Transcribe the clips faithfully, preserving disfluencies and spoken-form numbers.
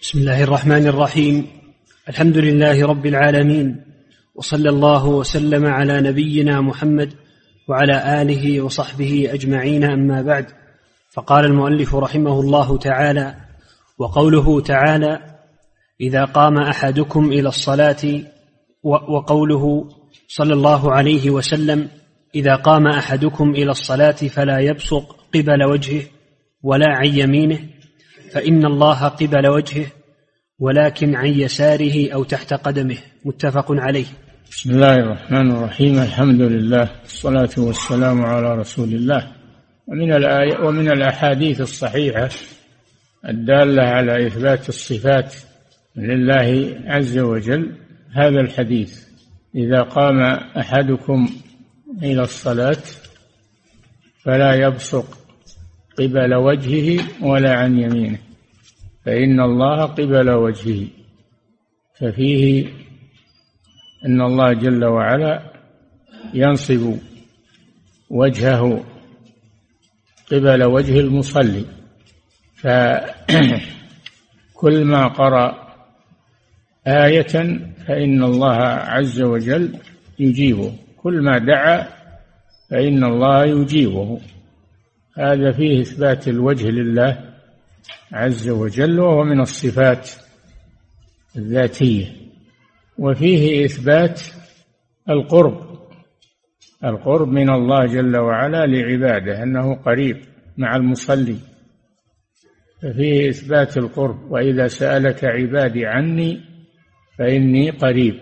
بسم الله الرحمن الرحيم. الحمد لله رب العالمين، وصلى الله وسلم على نبينا محمد وعلى آله وصحبه أجمعين، أما بعد. فقال المؤلف رحمه الله تعالى: وقوله تعالى: إذا قام أحدكم إلى الصلاة، وقوله صلى الله عليه وسلم: إذا قام أحدكم إلى الصلاة فلا يبصق قبل وجهه ولا عن يمينه، فإن الله قبل وجهه ولكن عن يساره أو تحت قدمه. متفق عليه. بسم الله الرحمن الرحيم. الحمد لله، والصلاة والسلام على رسول الله. ومن الآية ومن الأحاديث الصحيحة الدالة على إثبات الصفات لله عز وجل هذا الحديث: إذا قام أحدكم إلى الصلاة فلا يبصق قبل وجهه ولا عن يمينه، فإن الله قبل وجهه. ففيه أن الله جل وعلا ينصب وجهه قبل وجه المصلي، فكل ما قرأ آية فإن الله عز وجل يجيبه، كل ما دعا فإن الله يجيبه. هذا فيه إثبات الوجه لله عز وجل، وهو من الصفات الذاتية. وفيه إثبات القرب القرب من الله جل وعلا لعباده، أنه قريب مع المصلي، ففيه إثبات القرب: وإذا سألك عبادي عني فإني قريب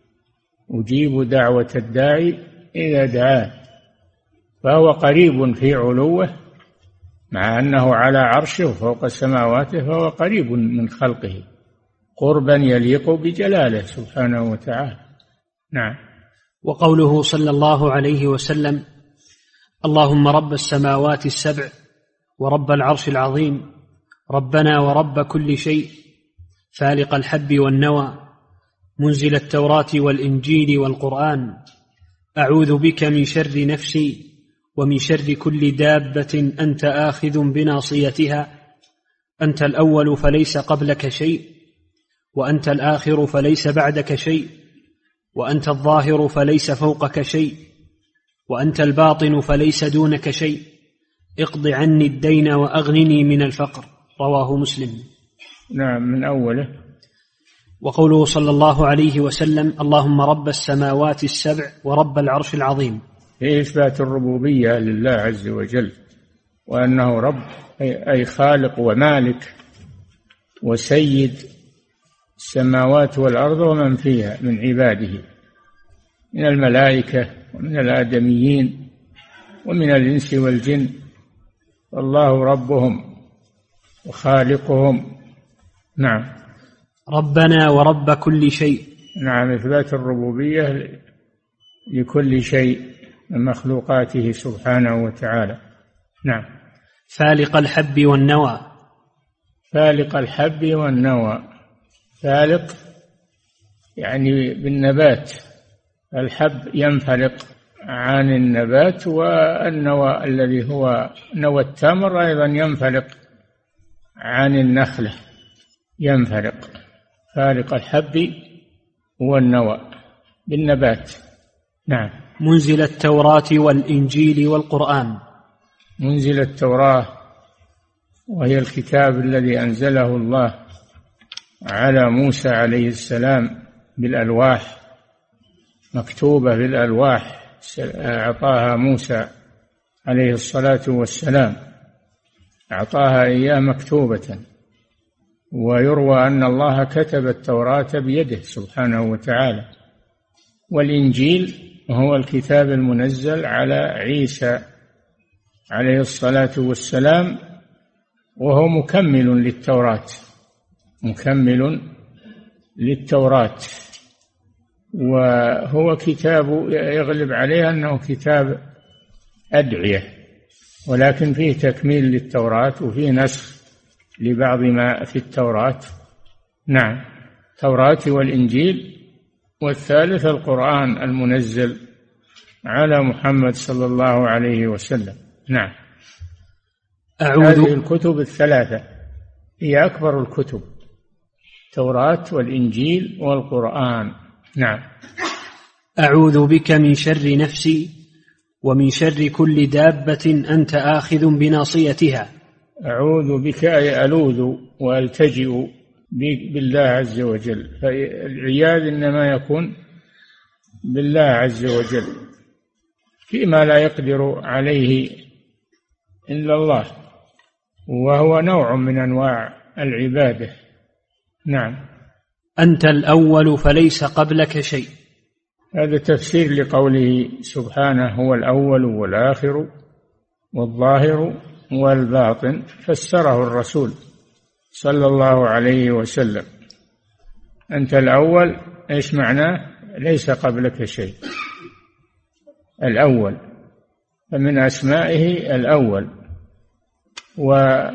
أجيب دعوة الداعي إذا دعاه. فهو قريب في علوه، مع أنه على عرشه فوق سماواته، فهو قريب من خلقه قربا يليق بجلاله سبحانه وتعالى. نعم. وقوله صلى الله عليه وسلم: اللهم رب السماوات السبع ورب العرش العظيم، ربنا ورب كل شيء، فالق الحب والنوى، منزل التوراة والإنجيل والقرآن، أعوذ بك من شر نفسي ومن شر كل دابة أنت آخذ بناصيتها، أنت الأول فليس قبلك شيء، وأنت الآخر فليس بعدك شيء، وأنت الظاهر فليس فوقك شيء، وأنت الباطن فليس دونك شيء، اقض عني الدين وأغنني من الفقر. رواه مسلم. نعم، من أوله. وقوله صلى الله عليه وسلم: اللهم رب السماوات السبع ورب العرش العظيم، في إثبات الربوبية لله عز وجل، وأنه رب أي خالق ومالك وسيد السماوات والأرض ومن فيها من عباده، من الملائكة ومن الآدميين ومن الإنس والجن، والله ربهم وخالقهم. نعم. ربنا ورب كل شيء. نعم، إثبات الربوبية لكل شيء من مخلوقاته سبحانه وتعالى. نعم. فالق الحب والنوى. فالق الحب والنوى، فالق يعني بالنبات، الحب ينفلق عن النبات، والنوى الذي هو نوى التمر أيضا ينفلق عن النخلة، ينفلق. فالق الحب والنوى بالنبات. نعم. منزل التوراة والإنجيل والقرآن. منزل التوراة وهي الكتاب الذي أنزله الله على موسى عليه السلام بالألواح، مكتوبة بالألواح، أعطاها موسى عليه الصلاة والسلام، أعطاها إياه مكتوبة. ويروى أن الله كتب التوراة بيده سبحانه وتعالى. والإنجيل وهو الكتاب المنزل على عيسى عليه الصلاة والسلام، وهو مكمل للتوراة، مكمل للتوراة. وهو كتاب يغلب عليه أنه كتاب أدعية، ولكن فيه تكميل للتوراة وفيه نسخ لبعض ما في التوراة. نعم. التوراة والإنجيل. والثالث القرآن المنزل على محمد صلى الله عليه وسلم. نعم. أعوذ هذه الكتب الثلاثة هي أكبر الكتب التوراة والإنجيل والقرآن. نعم. أعوذ بك من شر نفسي ومن شر كل دابة أنت آخذ بناصيتها. أعوذ بك أي ألوذ وألتجئ بالله عز وجل، فالعياذ إنما يكون بالله عز وجل فيما لا يقدر عليه إلا الله، وهو نوع من أنواع العبادة. نعم. أنت الأول فليس قبلك شيء. هذا تفسير لقوله سبحانه هو الأول والآخر والظاهر والباطن، فسره الرسول صلى الله عليه وسلم. أنت الأول إيش معناه؟ ليس قبلك شيء، الأول، فمن أسمائه الأول. و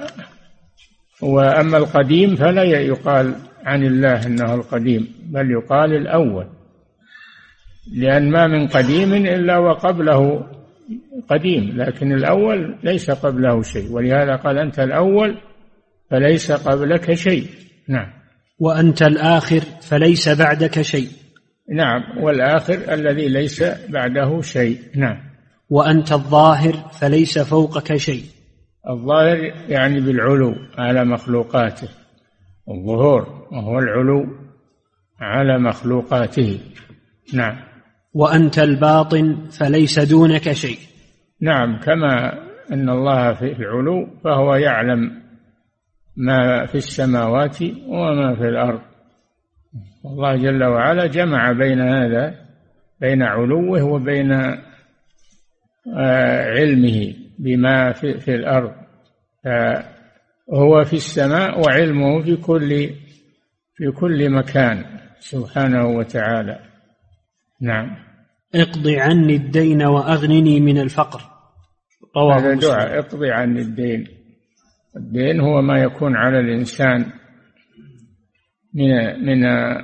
وأما القديم فلا يقال عن الله أنه القديم، بل يقال الأول، لأن ما من قديم إلا وقبله قديم، لكن الأول ليس قبله شيء، ولهذا قال أنت الأول فليس قبلك شيء. نعم. وأنت الآخر فليس بعدك شيء. نعم، والآخر الذي ليس بعده شيء. نعم. وأنت الظاهر فليس فوقك شيء. الظاهر يعني بالعلو على مخلوقاته، الظهور وهو العلو على مخلوقاته. نعم. وأنت الباطن فليس دونك شيء. نعم، كما أن الله في العلو فهو يعلم ما في السماوات وما في الأرض. الله جل وعلا جمع بين هذا، بين علوه وبين علمه بما في, في الأرض، فهو في السماء وعلمه في كل في كل مكان سبحانه وتعالى. نعم. اقض عني الدين وأغنني من الفقر. رواه هذا مسلم. دعاء اقض عني الدين. الدين هو ما يكون على الإنسان من من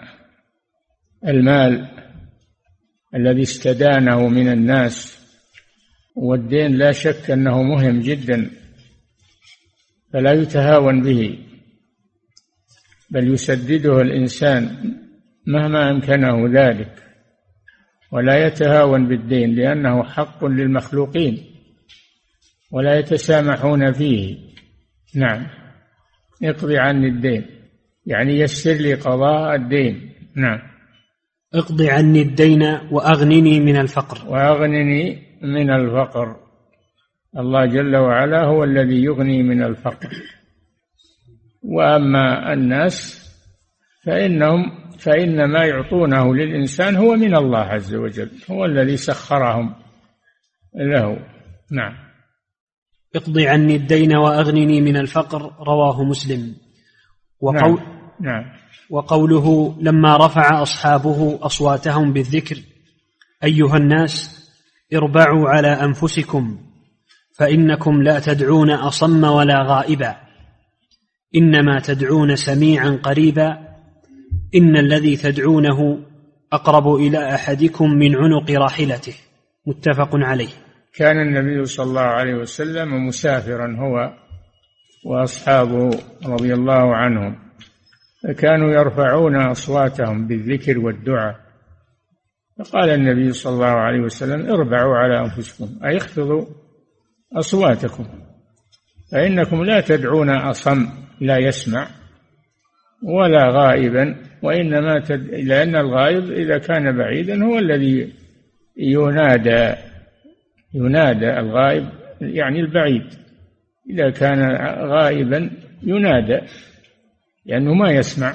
المال الذي استدانه من الناس، والدين لا شك أنه مهم جدا، فلا يتهاون به، بل يسدده الإنسان مهما أمكنه ذلك، ولا يتهاون بالدين، لأنه حق للمخلوقين ولا يتسامحون فيه. نعم. اقضي عني الدين يعني يسر لي قضاء الدين. نعم. اقض عني الدين وأغنني من الفقر. وأغنني من الفقر. الله جل وعلا هو الذي يغني من الفقر، وأما الناس فإنهم فإن ما يعطونه للإنسان هو من الله عز وجل، هو الذي سخرهم له. نعم. اقض عني الدين وأغنني من الفقر. رواه مسلم. وقول نعم. نعم. وقوله لما رفع أصحابه أصواتهم بالذكر: أيها الناس اربعوا على أنفسكم فإنكم لا تدعون أصم ولا غائبا، إنما تدعون سميعا قريبا، إن الذي تدعونه أقرب إلى أحدكم من عنق راحلته. متفق عليه. كان النبي صلى الله عليه وسلم مسافرا هو وأصحابه رضي الله عنهم، فكانوا يرفعون أصواتهم بالذكر والدعاء، فقال النبي صلى الله عليه وسلم اربعوا على أنفسكم، أي اخفضوا أصواتكم، فإنكم لا تدعون أصم لا يسمع ولا غائبا، وإنما تد... لأن الغائب إذا كان بعيدا هو الذي ينادى ينادى الغائب يعني البعيد، إذا كان غائبا ينادى لأنه ما يسمع.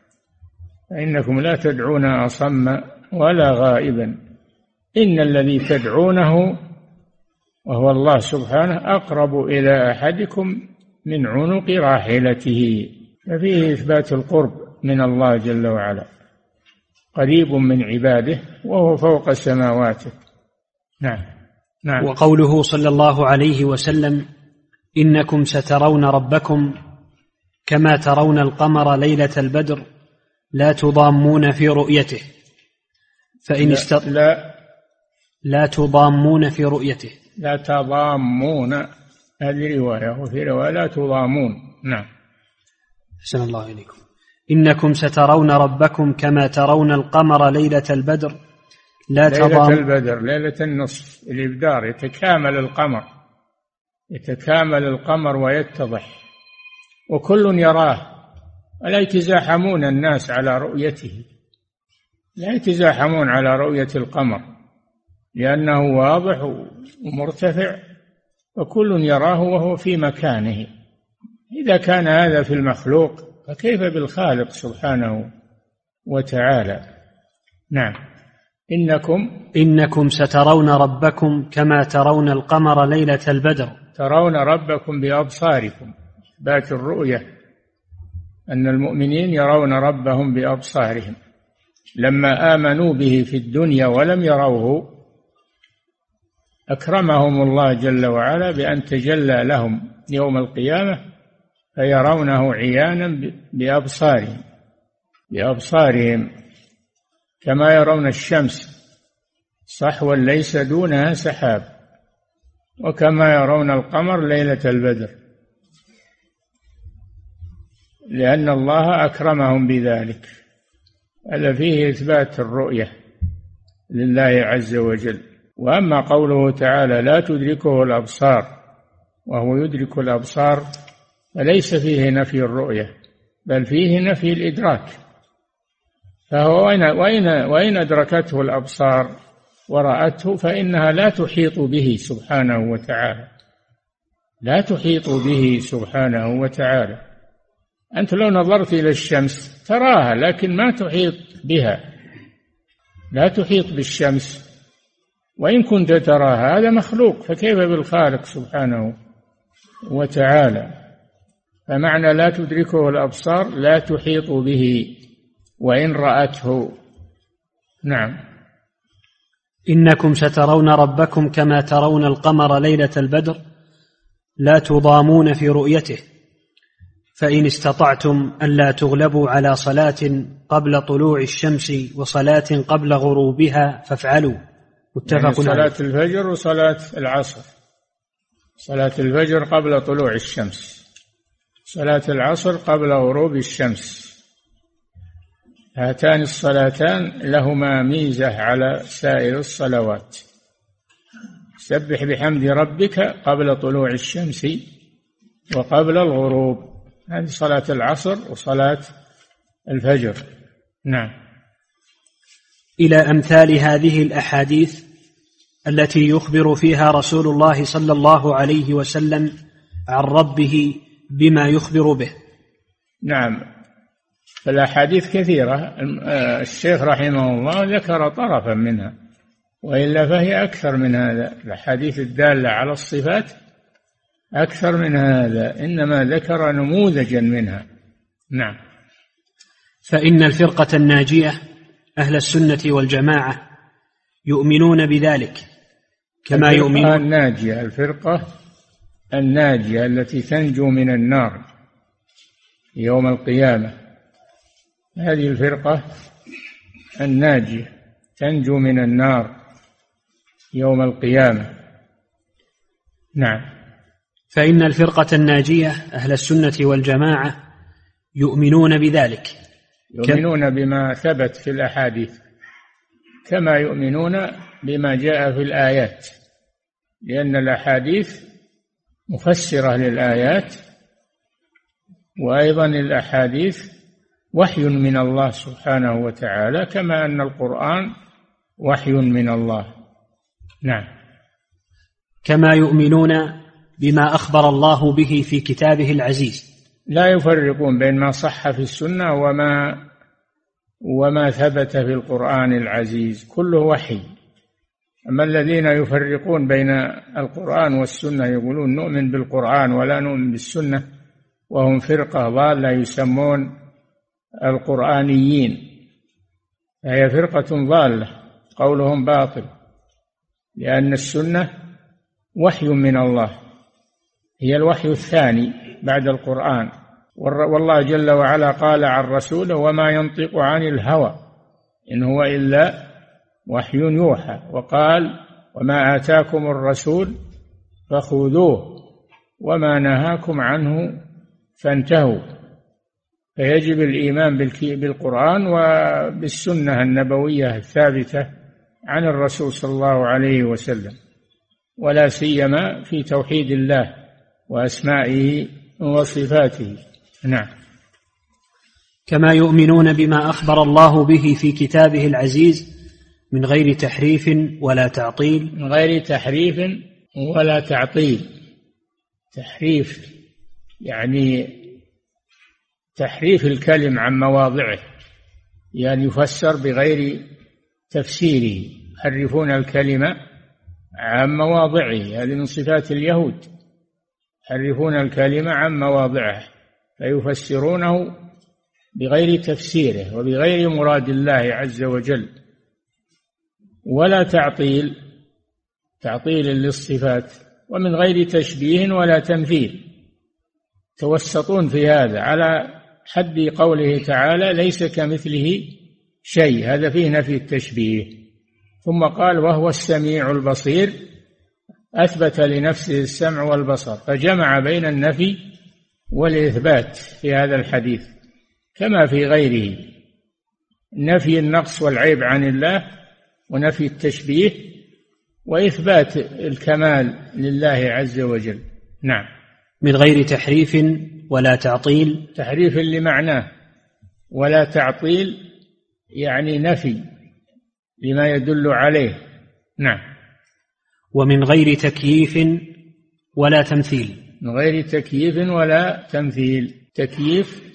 فإنكم لا تدعون أصم ولا غائبا، إن الذي تدعونه وهو الله سبحانه أقرب إلى أحدكم من عنق راحلته، ففيه إثبات القرب من الله جل وعلا، قريب من عباده وهو فوق سماواته. نعم. نعم. وقوله صلى الله عليه وسلم: إنكم سترون ربكم كما ترون القمر ليلة البدر لا تضامون في رؤيته فإن استط... لا لا تضامون في رؤيته لا تضامون، هذه رواية، وفي رواية لا تضامون. نعم. أحسن الله إليكم. إنكم سترون ربكم كما ترون القمر ليلة البدر لا ليلة تضام البدر ليلة النصف الإبدار، يتكامل القمر يتكامل القمر ويتضح وكل يراه، ولا يتزاحمون الناس على رؤيته، لا يتزاحمون على رؤية القمر لأنه واضح ومرتفع وكل يراه وهو في مكانه. إذا كان هذا في المخلوق فكيف بالخالق سبحانه وتعالى؟ نعم. إنكم إنكم سترون ربكم كما ترون القمر ليلة البدر. ترون ربكم بأبصاركم، إثبات الرؤية، أن المؤمنين يرون ربهم بأبصارهم. لما آمنوا به في الدنيا ولم يروه أكرمهم الله جل وعلا بأن تجلى لهم يوم القيامة فيرونه عيانا بأبصارهم بأبصارهم كما يرون الشمس صحوا ليس دونها سحاب، وكما يرون القمر ليلة البدر، لأن الله أكرمهم بذلك. هذا فيه إثبات الرؤية لله عز وجل. وأما قوله تعالى لا تدركه الأبصار وهو يدرك الأبصار فليس فيه نفي الرؤية بل فيه نفي الإدراك، فهو وإن, وإن, وإن أدركته الأبصار ورأته فإنها لا تحيط به سبحانه وتعالى، لا تحيط به سبحانه وتعالى. أنت لو نظرت إلى الشمس تراها لكن ما تحيط بها، لا تحيط بالشمس، وإن كنت تراها هذا مخلوق، فكيف بالخالق سبحانه وتعالى؟ فمعنى لا تدركه الأبصار لا تحيط به وإن رأته. نعم. إنكم سترون ربكم كما ترون القمر ليلة البدر لا تضامون في رؤيته، فإن استطعتم ألا تغلبوا على صلاة قبل طلوع الشمس وصلاة قبل غروبها فافعلوا. متفق يعني صلاة عليه. الفجر وصلاة العصر، صلاة الفجر قبل طلوع الشمس، صلاة العصر قبل غروب الشمس، هاتان الصلاتان لهما ميزة على سائر الصلوات. سبح بحمد ربك قبل طلوع الشمس وقبل الغروب، هذه صلاة العصر وصلاة الفجر. نعم. إلى أمثال هذه الأحاديث التي يخبر فيها رسول الله صلى الله عليه وسلم عن ربه بما يخبر به. نعم. فالأحاديث كثيرة، الشيخ رحمه الله ذكر طرفا منها، وإلا فهي أكثر من هذا. الأحاديث الدالة على الصفات أكثر من هذا، إنما ذكر نموذجا منها. نعم. فإن الفرقة الناجية أهل السنة والجماعة يؤمنون بذلك كما يؤمنون. الناجية، الفرقة الناجية التي تنجو من النار يوم القيامة، هذه الفرقة الناجية تنجو من النار يوم القيامة. نعم. فإن الفرقة الناجية أهل السنة والجماعة يؤمنون بذلك، يؤمنون بما ثبت في الأحاديث كما يؤمنون بما جاء في الآيات، لأن الأحاديث مفسرة للآيات، وأيضا الأحاديث وحي من الله سبحانه وتعالى كما أن القرآن وحي من الله. نعم. كما يؤمنون بما أخبر الله به في كتابه العزيز، لا يفرقون بين ما صح في السنة وما وما ثبت في القرآن العزيز، كله وحي. أما الذين يفرقون بين القرآن والسنة يقولون نؤمن بالقرآن ولا نؤمن بالسنة، وهم فرقة ضالة يسمون القرآنيين، فهي فرقة ضالة، قولهم باطل، لأن السنة وحي من الله، هي الوحي الثاني بعد القرآن. والله جل وعلا قال عن رسوله وما ينطق عن الهوى إن هو إلا وحي يوحى، وقال وما آتاكم الرسول فخذوه وما نهاكم عنه فانتهوا. فيجب الإيمان بالقرآن وبالسنة النبوية الثابتة عن الرسول صلى الله عليه وسلم، ولا سيما في توحيد الله وأسمائه وصفاته. نعم. كما يؤمنون بما أخبر الله به في كتابه العزيز من غير تحريف ولا تعطيل. من غير تحريف ولا تعطيل. تحريف يعني تحريف الكلم عن مواضعه، يعني يفسر بغير تفسيره، يحرفون الكلمة عن مواضعه، هذه من صفات اليهود، يحرفون الكلمة عن مواضعه فيفسرونه بغير تفسيره وبغير مراد الله عز وجل. ولا تعطيل، تعطيل للصفات، ومن غير تشبيه ولا تمثيل، توسطون في هذا على حد قوله تعالى ليس كمثله شيء، هذا فيه نفي التشبيه. ثم قال وهو السميع البصير، أثبت لنفسه السمع والبصر، فجمع بين النفي والإثبات في هذا الحديث كما في غيره، نفي النقص والعيب عن الله ونفي التشبيه وإثبات الكمال لله عز وجل. نعم. من غير تحريف ولا تعطيل. تحريف لمعناه، ولا تعطيل يعني نفي لما يدل عليه. نعم. ومن غير تكييف ولا تمثيل. من غير تكييف ولا تمثيل. تكييف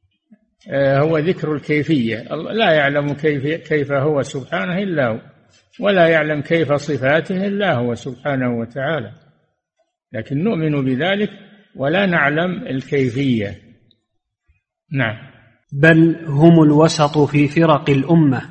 هو ذكر الكيفية، لا يعلم كيف كيف هو سبحانه إلا هو، ولا يعلم كيف صفاته إلا هو سبحانه وتعالى، لكن نؤمن بذلك ولا نعلم الكيفية. نعم. بل هم الوسط في فرق الأمة.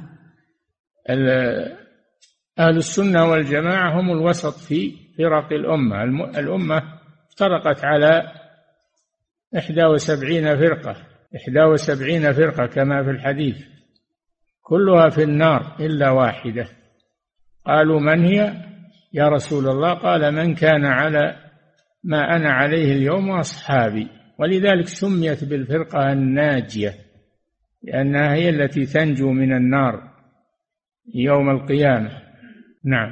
أهل السنة والجماعة هم الوسط في فرق الأمة. الأمة افترقت على إحدى وسبعين فرقة، إحدى وسبعين فرقة كما في الحديث، كلها في النار إلا واحدة. قالوا من هي يا رسول الله؟ قال من كان على ما أنا عليه اليوم وأصحابي. ولذلك سميت بالفرقة الناجية، لأنها هي التي تنجو من النار يوم القيامة. نعم.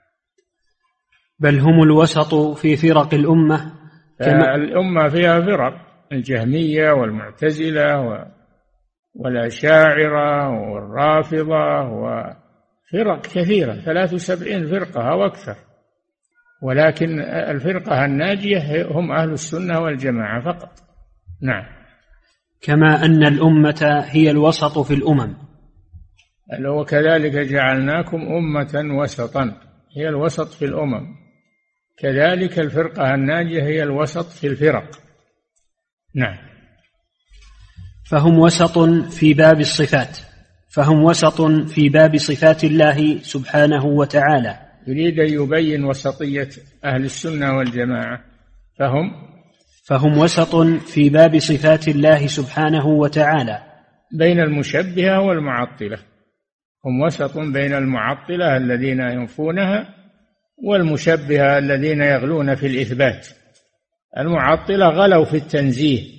بل هم الوسط في فرق الأمة. كما الأمة فيها فرق، الجهمية والمعتزلة والأشاعرة والرافضة وفرق كثيرة، ثلاث وسبعين فرقة أو أكثر، ولكن الفرقة الناجية هم أهل السنة والجماعة فقط. نعم. كما أن الأمة هي الوسط في الأمم. وكذلك جعلناكم أمة وسطا، هي الوسط في الأمم، كذلك الفرقة الناجية هي الوسط في الفرق. نعم. فهم وسط في باب الصفات، فهم وسط في باب صفات الله سبحانه وتعالى. يريد أن يبين وسطية أهل السنة والجماعة. فهم فهم وسط في باب صفات الله سبحانه وتعالى بين المشبهة والمعطلة. هم وسط بين المعطلة الذين ينفونها والمشبهة الذين يغلون في الإثبات. المعطلة غلوا في التنزيه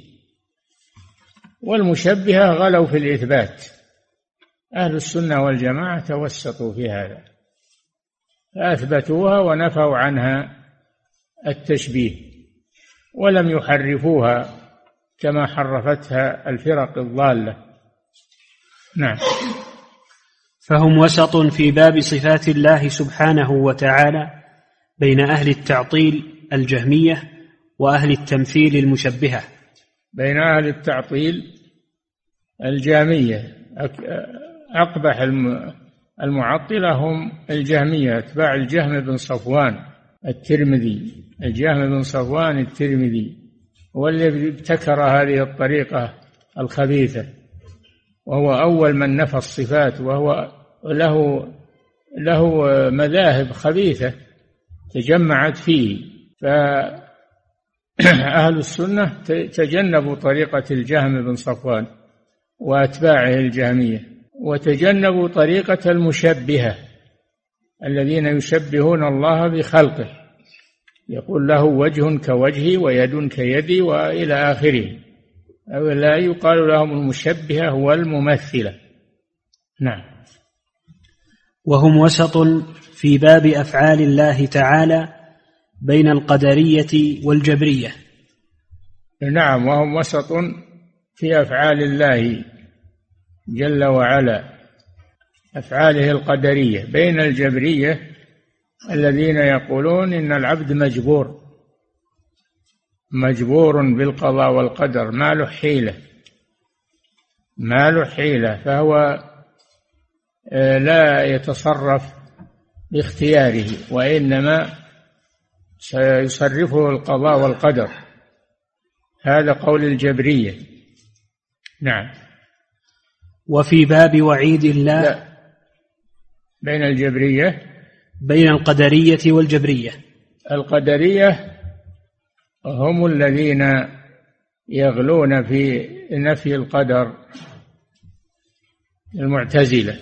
والمشبهة غلوا في الإثبات. أهل السنة والجماعة توسطوا في هذا، فأثبتوها ونفوا عنها التشبيه ولم يحرفوها كما حرفتها الفرق الضالة. نعم. فهم وسط في باب صفات الله سبحانه وتعالى بين أهل التعطيل الجهمية وأهل التمثيل المشبهة. بين أهل التعطيل الجهمية، أقبح المعطلة هم الجهمية، أتباع الجهم بن صفوان الترمذي. الجهم بن صفوان الترمذي هو الذي ابتكر هذه الطريقة الخبيثة، وهو أول من نفى الصفات، وهو له له مذاهب خبيثة تجمعت فيه. فأهل السنة تجنبوا طريقة الجهم بن صفوان وأتباعه الجهمية، وتجنبوا طريقة المشبهة الذين يشبهون الله بخلقه، يقول له وجه كوجهي ويد كيدي وإلى آخره، لا يقال لهم المشبهة والممثلة. نعم. وهم وسط في باب أفعال الله تعالى بين القدرية والجبرية. نعم، وهم وسط في أفعال الله جل وعلا، أفعاله القدرية، بين الجبرية الذين يقولون إن العبد مجبور مجبور بالقضاء والقدر، ما له حيلة ما له حيلة فهو لا يتصرف باختياره، وإنما سيصرفه القضاء والقدر. هذا قول الجبرية. نعم. وفي باب وعيد الله لا. بين الجبرية بين القدرية والجبرية. القدرية هم الذين يغلون في نفي القدر، المعتزلة.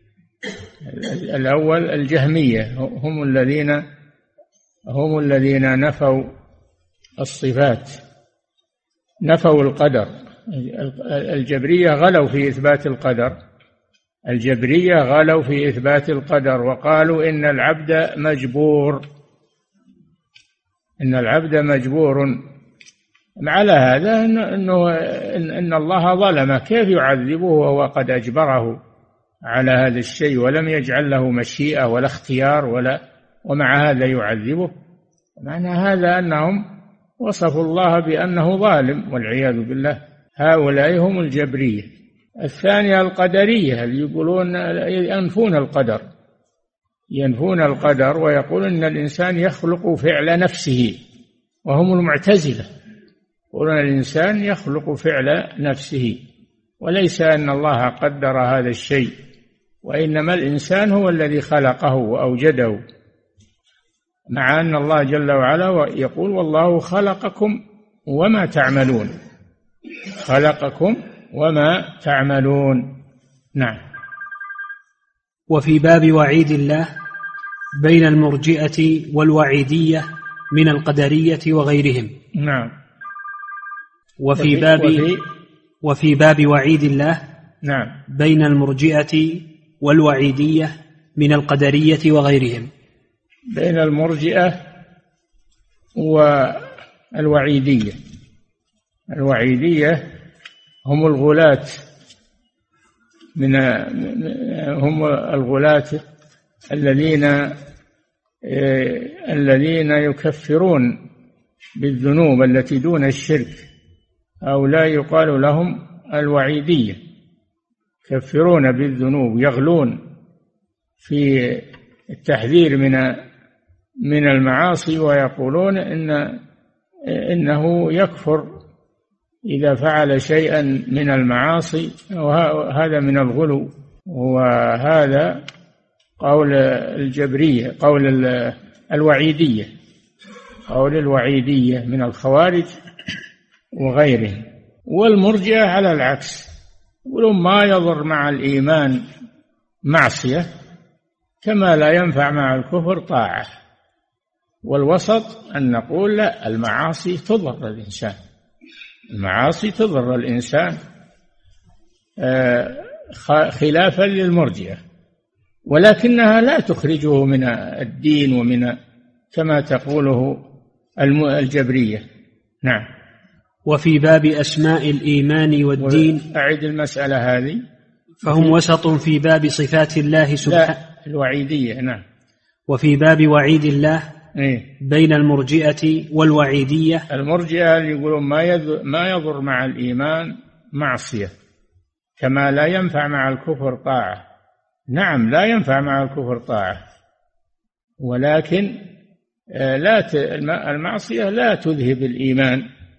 الأول الجهمية هم الذين هم الذين نفوا الصفات، نفوا القدر. الجبرية غلوا في إثبات القدر الجبرية غلوا في إثبات القدر وقالوا إن العبد مجبور إن العبد مجبور. على هذا إنه إن الله ظلمه، كيف يعذبه وهو قد أجبره على هذا الشيء ولم يجعل له مشيئة ولا اختيار ولا ومع هذا يعذبه؟ معنى هذا أنهم وصفوا الله بأنه ظالم والعياذ بالله. هؤلاء هم الجبرية. الثانية القدرية اللي يقولون ينفون القدر ينفون القدر ويقولون أن الإنسان يخلق فعل نفسه، وهم المعتزلة يقولون الإنسان يخلق فعل نفسه، وليس أن الله قدر هذا الشيء، وإنما الإنسان هو الذي خلقه وأوجده، مع أن الله جل وعلا يقول والله خلقكم وما تعملون خلقكم وما تعملون. نعم. وفي باب وعيد الله بين المرجئة والوعيدية من القدرية وغيرهم. نعم. وفي باب وفي, وفي باب وعيد الله نعم بين المرجئة والوعيدية من القدرية وغيرهم. بين المرجئة والوعيدية الوعيدية هم الغلاة من هم الغلاة الذين الذين يكفرون بالذنوب التي دون الشرك، أو لا يقال لهم الوعيدية، يكفرون بالذنوب، يغلون في التحذير من من المعاصي، ويقولون إن إنه يكفر إذا فعل شيئا من المعاصي، وهذا من الغلو. وهذا قول الجبرية، قول الوعيدية قول الوعيدية من الخوارج وغيرهم. والمرجئة على العكس، يقولون ما يضر مع الإيمان معصية كما لا ينفع مع الكفر طاعة. والوسط أن نقول لا، المعاصي تضر الإنسان المعاصي تضر الإنسان خلافا للمرجئة، ولكنها لا تخرجه من الدين ومن كما تقوله الجبرية. نعم. وفي باب أسماء الإيمان والدين. أعد المسألة هذه. فهم وسط في باب صفات الله سبحانه. الوعيدية. نعم. وفي باب وعيد الله إيه؟ بين المرجئة والوعيدية. المرجئة يقولون ما يضر مع الإيمان معصية كما لا ينفع مع الكفر طاعة. نعم، لا ينفع مع الكفر طاعة، ولكن لا المعصية لا تذهب الإيمان،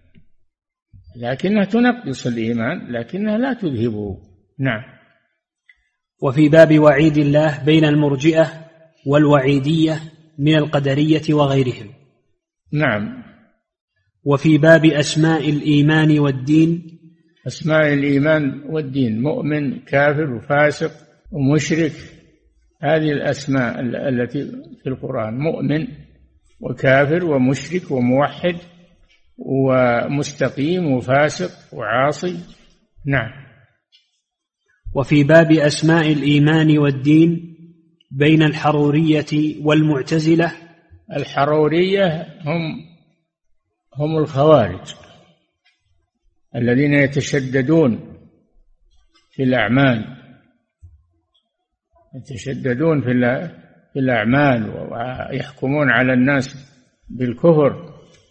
لكنها تنقص الإيمان لكنها لا تذهبه. نعم. وفي باب وعيد الله بين المرجئة والوعيدية من القدرية وغيرهم. نعم. وفي باب أسماء الإيمان والدين. أسماء الإيمان والدين، مؤمن كافر وفاسق ومشرك، هذه الأسماء التي في القرآن، مؤمن وكافر ومشرك وموحد، ومستقيم وفاسق وعاصي. نعم. وفي باب أسماء الإيمان والدين بين الحرورية والمعتزلة. الحرورية هم هم الخوارج الذين يتشددون في الأعمال يتشددون في الأعمال ويحكمون على الناس بالكفر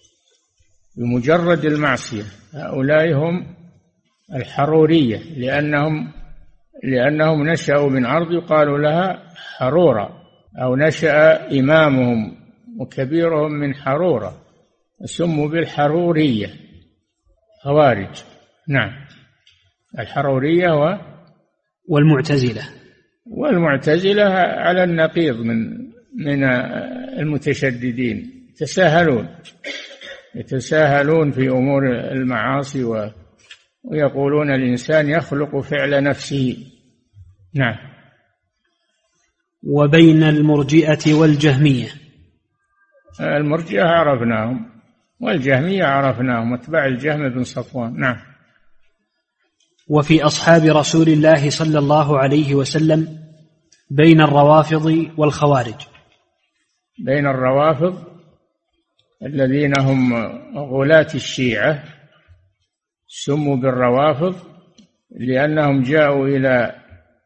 بمجرد المعصية. هؤلاء هم الحرورية لأنهم لأنهم نشأوا من أرض يقال لها حرورة، أو نشأ إمامهم وكبيرهم من حرورة سموا بالحرورية خوارج. نعم. الحرورية و والمعتزلة والمعتزلة على النقيض من من المتشددين، يتساهلون يتساهلون في أمور المعاصي و ويقولون الإنسان يخلق فعل نفسه. نعم. وبين المرجئة والجهمية. المرجئة عرفناهم والجهمية عرفناهم، اتباع الجهم بن صفوان. نعم. وفي أصحاب رسول الله صلى الله عليه وسلم بين الروافض والخوارج. بين الروافض الذين هم غلاة الشيعة سموا بالروافض لأنهم جاءوا إلى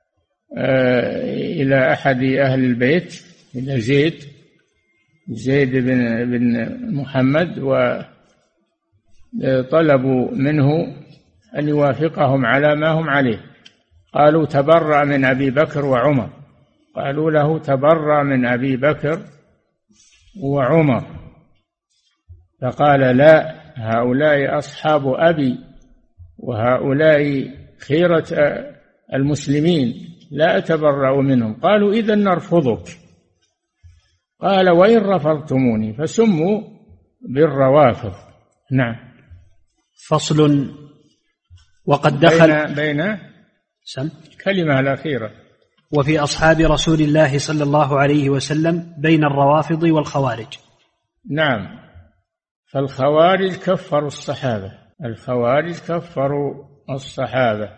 إلى أحد أهل البيت، إلى زيد زيد بن بن محمد، وطلبوا منه أن يوافقهم على ما هم عليه. قالوا تبرأ من أبي بكر وعمر، قالوا له تبرأ من أبي بكر وعمر، فقال لا، هؤلاء أصحاب أبي وهؤلاء خيرة المسلمين لا أتبرأ منهم. قالوا إذن نرفضك. قال وإن رفضتموني، فسموا بالروافض. نعم. فصل. وقد دخل بين, بين سم كلمة الأخيرة. وفي أصحاب رسول الله صلى الله عليه وسلم بين الروافض والخوارج. نعم. فالخوارج كفروا الصحابة الخوارج كفروا الصحابة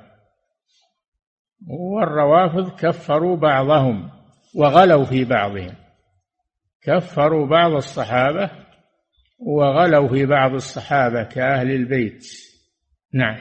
والروافض كفروا بعضهم وغلوا في بعضهم. كفروا بعض الصحابة وغلوا في بعض الصحابة كأهل البيت. نعم.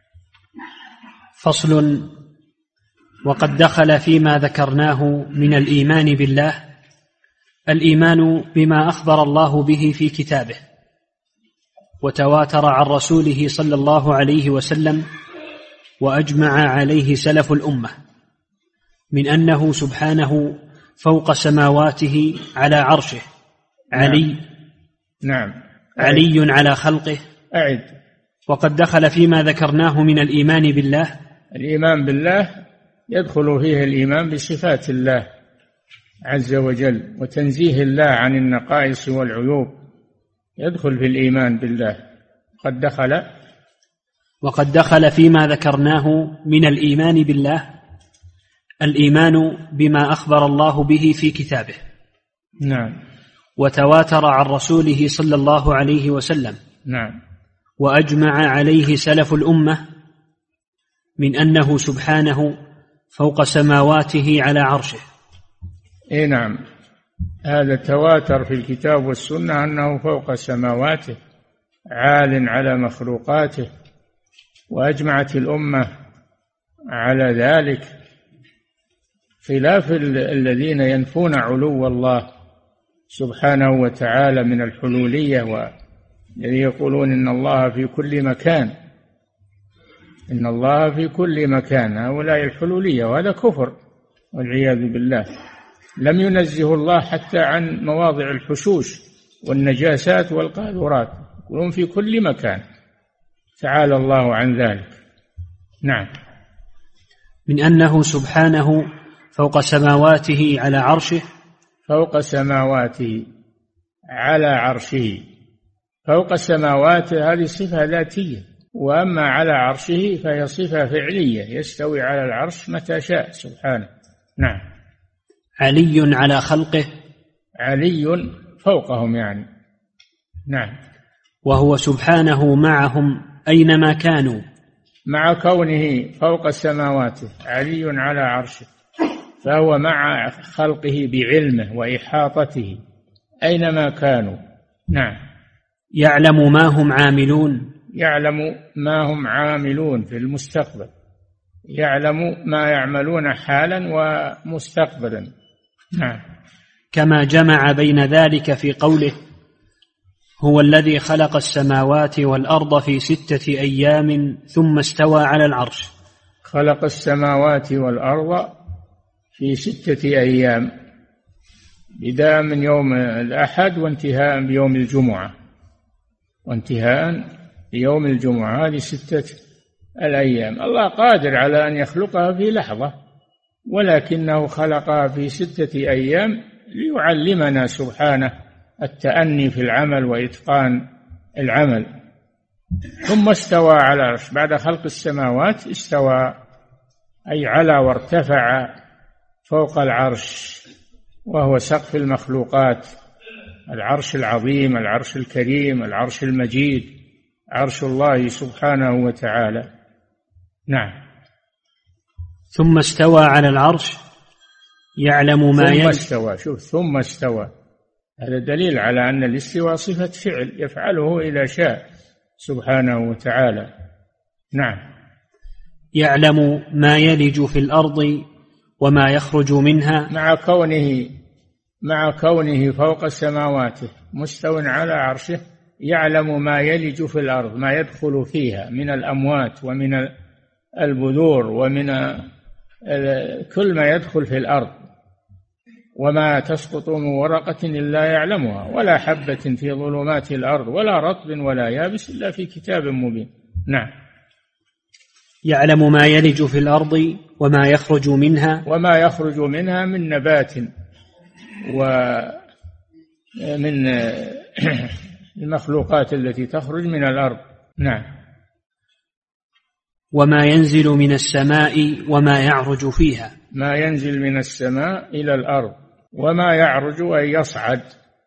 فصل. وقد دخل فيما ذكرناه من الإيمان بالله الإيمان بما أخبر الله به في كتابه وتواتر عن رسوله صلى الله عليه وسلم وأجمع عليه سلف الأمة من أنه سبحانه فوق سماواته على عرشه علي نعم. علي على خلقه. أعد. وقد دخل فيما ذكرناه من الإيمان بالله. الإيمان بالله يدخل فيه الإيمان بصفات الله عز وجل وتنزيه الله عن النقائص والعيوب، يدخل في الإيمان بالله. قد دخل وقد دخل فيما ذكرناه من الإيمان بالله الإيمان بما أخبر الله به في كتابه. نعم. وتواتر عن رسوله صلى الله عليه وسلم. نعم. وأجمع عليه سلف الأمة من أنه سبحانه فوق سماواته على عرشه. إيه نعم. هذا تواتر في الكتاب والسنة أنه فوق سماواته عال على مخلوقاته، وأجمعت الأمة على ذلك، خلاف الذين ينفون علو الله سبحانه وتعالى من الحلولية، والذين يقولون إن الله في كل مكان إن الله في كل مكان. هؤلاء الحلولية، وهذا كفر والعياذ بالله. لم ينزه الله حتى عن مواضع الحشوش والنجاسات والقاذورات، يقولون في كل مكان، تعالى الله عن ذلك. نعم. من أنه سبحانه فوق سماواته على عرشه. فوق سماواته على عرشه. فوق سماواته هذه صفة ذاتية، وأما على عرشه فهي صفة فعلية، يستوي على العرش متى شاء سبحانه. نعم. علي على خلقه. علي فوقهم يعني. نعم. وهو سبحانه معهم أينما كانوا، مع كونه فوق السماوات علي على عرشه، فهو مع خلقه بعلمه وإحاطته أينما كانوا. نعم. يعلم ما هم عاملون، يعلم ما هم عاملون في المستقبل، يعلم ما يعملون حالا ومستقبلا. نعم. كما جمع بين ذلك في قوله: هو الذي خلق السماوات والأرض في ستة أيام ثم استوى على العرش. خلق السماوات والأرض في ستة أيام، بداء من يوم الأحد وانتهاء بيوم الجمعة، وانتهاء بيوم الجمعة. هذه ستة الأيام. الله قادر على أن يخلقها في لحظة، ولكنه خلقها في ستة أيام ليعلمنا سبحانه التأني في العمل وإتقان العمل. ثم استوى على العرش، بعد خلق السماوات استوى أي علا وارتفع فوق العرش، وهو سقف المخلوقات، العرش العظيم، العرش الكريم، العرش المجيد، عرش الله سبحانه وتعالى. نعم. ثم استوى على العرش يعلم ما ثم استوى، شوف، ثم استوى، هذا دليل على أن الاستواء صفة فعل يفعله إذا شاء سبحانه وتعالى. نعم. يعلم ما يلج في الأرض وما يخرج منها، مع كونه مع كونه فوق سماواته مستو على عرشه، يعلم ما يلج في الأرض، ما يدخل فيها من الأموات ومن البذور ومن كل ما يدخل في الأرض، وما تسقط من ورقة إلا يعلمها، ولا حبة في ظلمات الأرض ولا رطب ولا يابس إلا في كتاب مبين. نعم. يعلم ما يلج في الأرض وما يخرج منها، وما يخرج منها من نبات ومن المخلوقات التي تخرج من الأرض. نعم. وما ينزل من السماء وما يعرج فيها، ما ينزل من السماء إلى الأرض، وما يعرج أي يصعد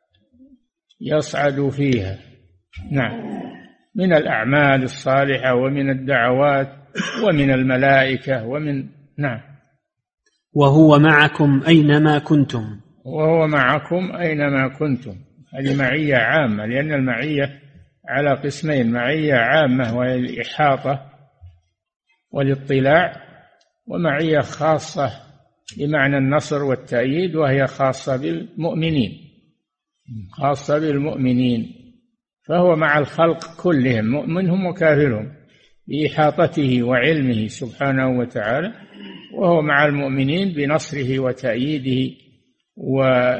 يصعد فيها. نعم. من الأعمال الصالحة ومن الدعوات ومن الملائكة ومن نعم. وهو معكم أينما كنتم، وهو معكم أينما كنتم. هذه معية عامة، لأن المعية على قسمين: معية عامة وهي الإحاطة والاطلاع، ومعية خاصة بمعنى النصر والتأييد، وهي خاصة بالمؤمنين، خاصة بالمؤمنين. فهو مع الخلق كلهم، مؤمنهم وكافرهم، بإحاطته وعلمه سبحانه وتعالى، وهو مع المؤمنين بنصره وتأييده و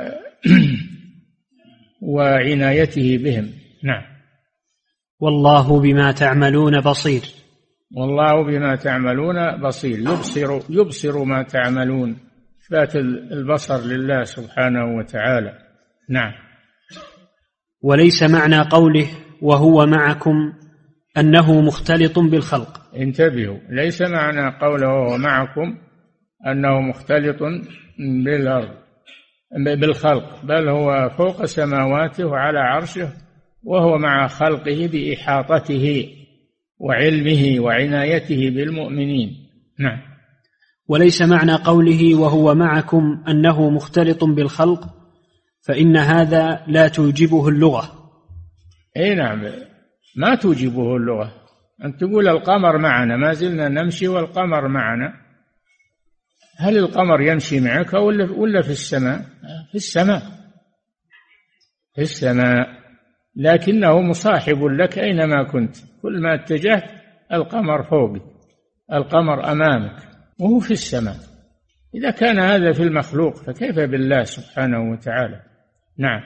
وعنايته بهم. نعم. والله بما تعملون بصير. والله بما تعملون بصير، يبصر يبصر ما تعملون، إثبات البصر لله سبحانه وتعالى. نعم. وليس معنى قوله وهو معكم أنه مختلط بالخلق. انتبهوا، ليس معنى قوله وهو معكم أنه مختلط بالأرض بالخلق، بل هو فوق سماواته وعلى عرشه، وهو مع خلقه بإحاطته وعلمه وعنايته بالمؤمنين. نعم. وليس معنى قوله وهو معكم أنه مختلط بالخلق، فإن هذا لا توجبه اللغة. أي نعم، ما توجبه اللغة. أن تقول القمر معنا، ما زلنا نمشي والقمر معنا، هل القمر يمشي معك ولا ولا في السماء؟ في السماء، في السماء، لكنه مصاحب لك أينما كنت، كل ما اتجهت القمر فوقك، القمر أمامك، وهو في السماء. إذا كان هذا في المخلوق فكيف بالله سبحانه وتعالى؟ نعم.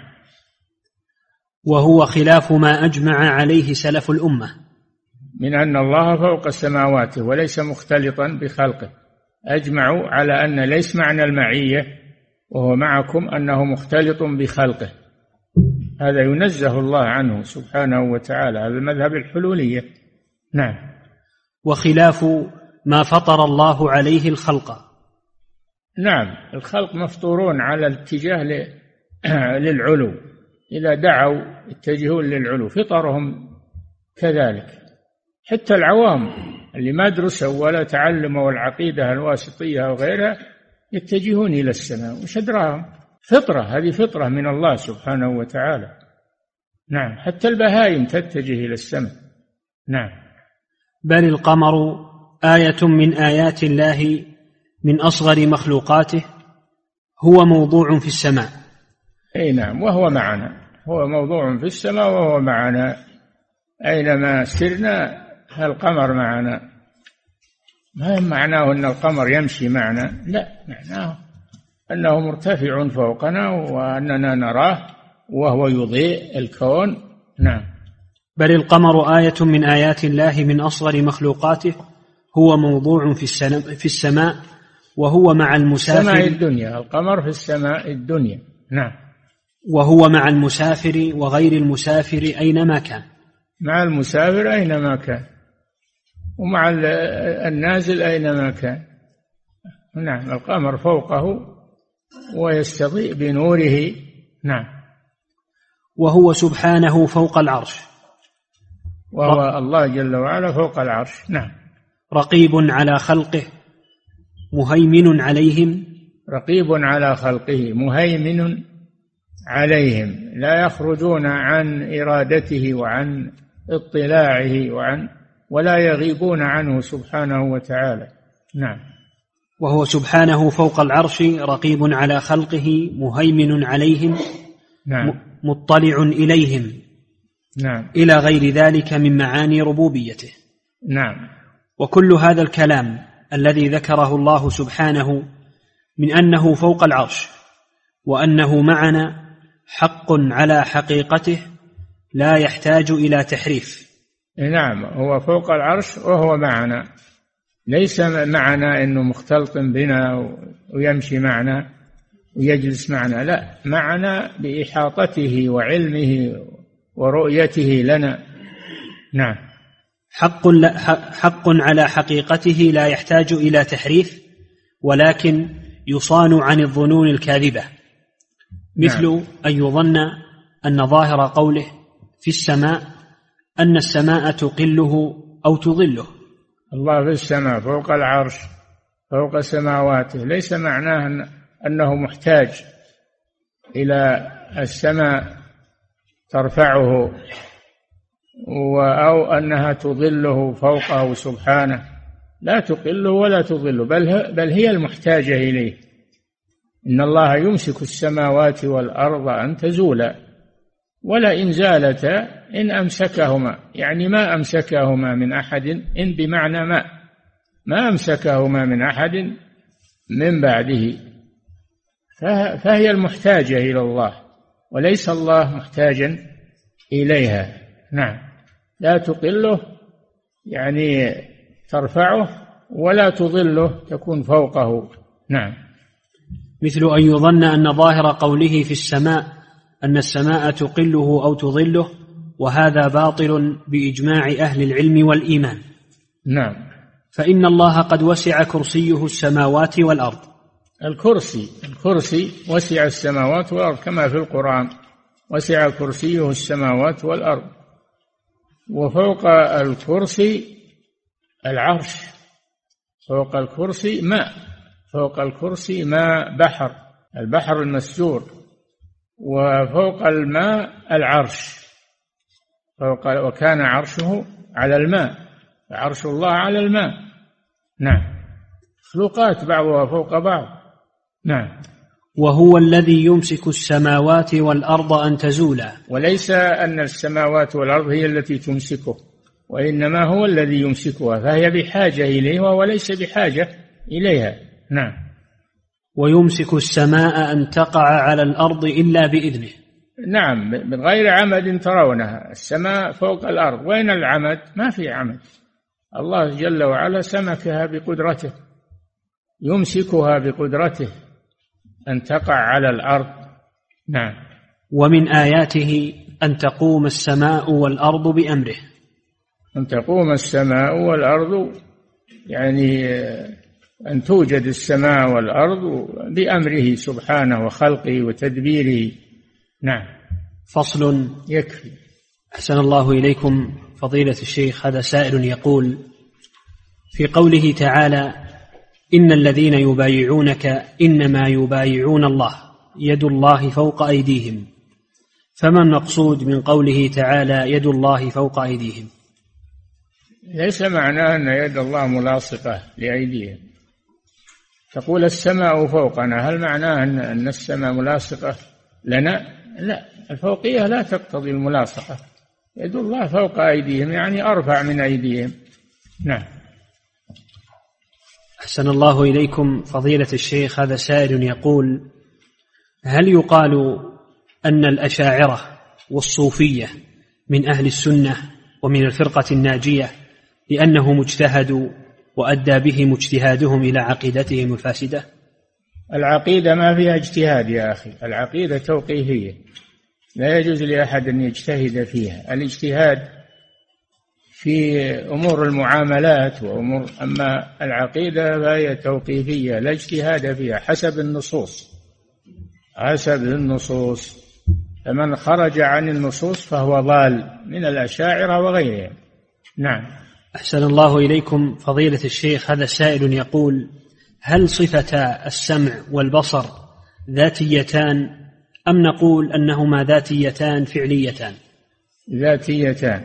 وهو خلاف ما أجمع عليه سلف الأمة من أن الله فوق سماواته وليس مختلطا بخلقه. أجمعوا على أن ليس معنى المعية وهو معكم أنه مختلط بخلقه، هذا ينزه الله عنه سبحانه وتعالى، هذا مذهب الحلولية. نعم. وخلاف ما فطر الله عليه الخلق. نعم، الخلق مفطورون على الاتجاه للعلو، إذا دعوا يتجهون للعلو، فطرهم كذلك. حتى العوام اللي ما درسوا ولا تعلموا العقيدة الواسطية وغيرها يتجهون إلى السماء، وش أدراهم؟ فطرة، هذه فطرة من الله سبحانه وتعالى. نعم، حتى البهائم تتجه إلى السماء. نعم. بل القمر آية من آيات الله من أصغر مخلوقاته، هو موضوع في السماء. أي نعم، وهو معنا، هو موضوع في السماء وهو معنا أينما سرنا. القمر معنا، ما معناه أن القمر يمشي معنا، لا، معناه أنه مرتفع فوقنا وأننا نراه وهو يضيء الكون. نعم. بل القمر آية من آيات الله من أصغر مخلوقاته، هو موضوع في السماء وهو مع المسافر. سماء الدنيا، القمر في السماء الدنيا. نعم. وهو مع المسافر وغير المسافر أينما كان. مع المسافر أينما كان، ومع النازل أينما كان. نعم، القمر فوقه ويستضيء بنوره. نعم. وهو سبحانه فوق العرش، وهو الله جل وعلا فوق العرش. نعم. رقيب على خلقه مهيمن عليهم. رقيب على خلقه مهيمن عليهم، لا يخرجون عن إرادته وعن اطلاعه وعن ولا يغيبون عنه سبحانه وتعالى. نعم. وهو سبحانه فوق العرش رقيب على خلقه مهيمن عليهم. نعم. مطلع إليهم. نعم. إلى غير ذلك من معاني ربوبيته. نعم. وكل هذا الكلام الذي ذكره الله سبحانه من أنه فوق العرش وأنه معنا حق على حقيقته، لا يحتاج إلى تحريف. نعم، هو فوق العرش وهو معنا، ليس معنا أنه مختلط بنا ويمشي معنا ويجلس معنا، لا، معنا بإحاطته وعلمه ورؤيته لنا. نعم. حق, حق على حقيقته لا يحتاج إلى تحريف، ولكن يصان عن الظنون الكاذبة، مثل نعم. أن يظن أن ظاهر قوله في السماء أن السماء تقله أو تظله. الله في السماء فوق العرش فوق سماواته، ليس معناه أنه محتاج إلى السماء ترفعه أو أنها تظله فوقه سبحانه، لا تقله ولا تظله، بل بل هي المحتاجة إليه. إن الله يمسك السماوات والأرض أن تزولا ولئن زالتا إن أمسكهما، يعني ما أمسكهما من أحد، إن بمعنى ما ما أمسكهما من أحد من بعده، فهي المحتاجة إلى الله وليس الله محتاجا إليها. نعم. لا تقله يعني ترفعه، ولا تظله تكون فوقه. نعم. مثل أن يظن أن ظاهر قوله في السماء أن السماء تقله أو تظله، وهذا باطل بإجماع أهل العلم والإيمان. نعم. فإن الله قد وسع كرسيه السماوات والأرض. الكرسي الكرسي وسع السماوات والأرض كما في القرآن، وسع كرسيه السماوات والأرض. وفوق الكرسي العرش، فوق الكرسي ماء، فوق الكرسي ماء بحر، البحر المسجور، وفوق الماء العرش، فوق وكان عرشه على الماء، عرش الله على الماء. نعم. مخلوقات بعضها فوق بعض. نعم. وهو الذي يمسك السماوات والأرض أن تزولا. وليس أن السماوات والأرض هي التي تمسكه، وإنما هو الذي يمسكها، فهي بحاجة إليه وهو ليس بحاجة إليها. نعم. ويمسك السماء أن تقع على الأرض إلا بإذنه. نعم، من غير عمد ترونها، السماء فوق الأرض، وين العمد؟ ما في عمد، الله جل وعلا سمكها بقدرته، يمسكها بقدرته أن تقع على الأرض. نعم. ومن آياته أن تقوم السماء والأرض بأمره. أن تقوم السماء والأرض يعني أن توجد السماء والأرض بأمره سبحانه وخلقه وتدبيره. نعم. فصل. يكفي. أحسن الله إليكم فضيلة الشيخ، هذا سائل يقول: في قوله تعالى: إن الذين يبايعونك إنما يبايعون الله يد الله فوق أيديهم، فما المقصود من قوله تعالى يد الله فوق أيديهم؟ ليس معناه أن يد الله ملاصقة لأيديهم. تقول السماء فوقنا، هل معناه أن السماء ملاصقة لنا؟ لا، الفوقية لا تقتضي الملاصقة. يد الله فوق أيديهم يعني أرفع من أيديهم. نعم. أحسن الله إليكم فضيلة الشيخ، هذا سائل يقول: هل يقال أن الأشاعرة والصوفية من أهل السنة ومن الفرقة الناجية لأنهم اجتهدوا وأدى بهم اجتهادهم إلى عقيدتهم الفاسدة؟ العقيدة ما فيها اجتهاد يا أخي، العقيدة توقيفية، لا يجوز لأحد أن يجتهد فيها. الاجتهاد في أمور المعاملات وأمور، أما العقيدة فهي توقيفية لا اجتهاد فيها، حسب النصوص حسب النصوص. فمن خرج عن النصوص فهو ضال من الأشاعرة وغيرهم. نعم. أحسن الله إليكم فضيلة الشيخ، هذا سائل يقول: هل صفة السمع والبصر ذاتيتان أم نقول أنهما ذاتيتان فعليتان؟ ذاتيتان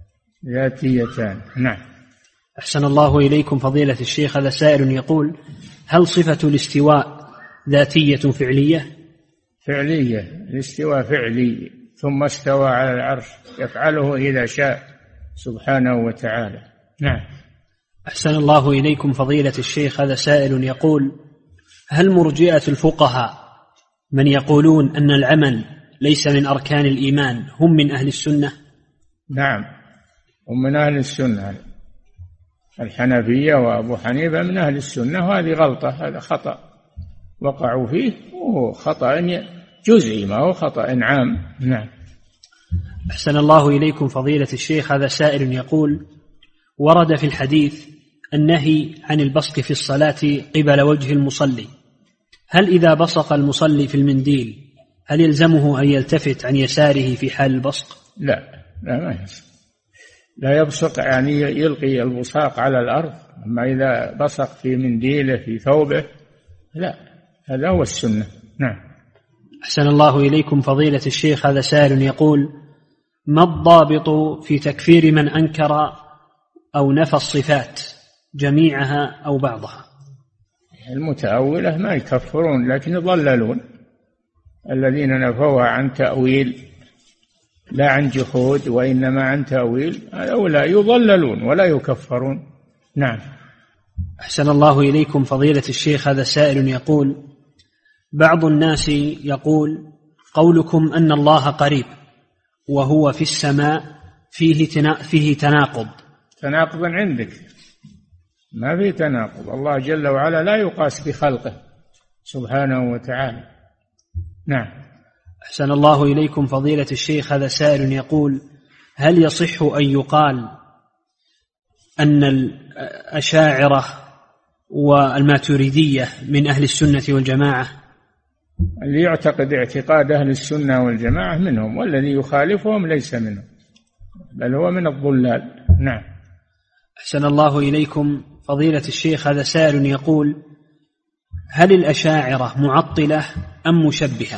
ذاتيتان نعم. أحسن الله إليكم فضيلة الشيخ، هذا سائل يقول: هل صفة الاستواء ذاتية فعلية؟ فعلية. الاستواء فعلي، ثم استوى على العرش يفعله إذا شاء سبحانه وتعالى. نعم. أحسن الله إليكم فضيلة الشيخ، هذا سائل يقول: هل مرجئة الفقهاء من يقولون أن العمل ليس من أركان الإيمان هم من أهل السنة؟ نعم، هم من أهل السنة. الحنفية وأبو حنيفة من أهل السنة، وهذه غلطة، هذا خطأ وقعوا فيه، وهو خطأ جزئي ما هو خطأ عام. نعم. أحسن الله إليكم فضيلة الشيخ، هذا سائل يقول: ورد في الحديث النهي عن البصق في الصلاة قبل وجه المصلي، هل إذا بصق المصلي في المنديل هل يلزمه أن يلتفت عن يساره في حال البصق؟ لا لا ما يلزم، لا يبصق يعني يلقي البصاق على الأرض. أما إذا بصق في منديله في ثوبه لا، هذا هو السنة. نعم. أحسن الله إليكم فضيلة الشيخ، هذا سائل يقول: ما الضابط في تكفير من أنكر أو نفى الصفات جميعها أو بعضها؟ المتأولة ما يكفرون لكن يضللون، الذين نفوها عن تأويل لا عن جحود وإنما عن تأويل، هؤلاء يضللون ولا يكفرون. نعم. أحسن الله إليكم فضيلة الشيخ، هذا سائل يقول: بعض الناس يقول قولكم أن الله قريب وهو في السماء فيه فيه تناقض. تناقض عندك، ما في تناقض. الله جل وعلا لا يقاس بخلقه سبحانه وتعالى. نعم. أحسن الله إليكم فضيلة الشيخ، هذا سائل يقول: هل يصح أن يقال أن الأشاعرة والماتريدية من أهل السنة والجماعة؟ اللي يعتقد اعتقاد أهل السنة والجماعة منهم، والذي يخالفهم ليس منهم بل هو من الضلال. نعم. أحسن الله إليكم فضيلة الشيخ، هذا سائل يقول: هل الأشاعرة معطلة أم مشبهة؟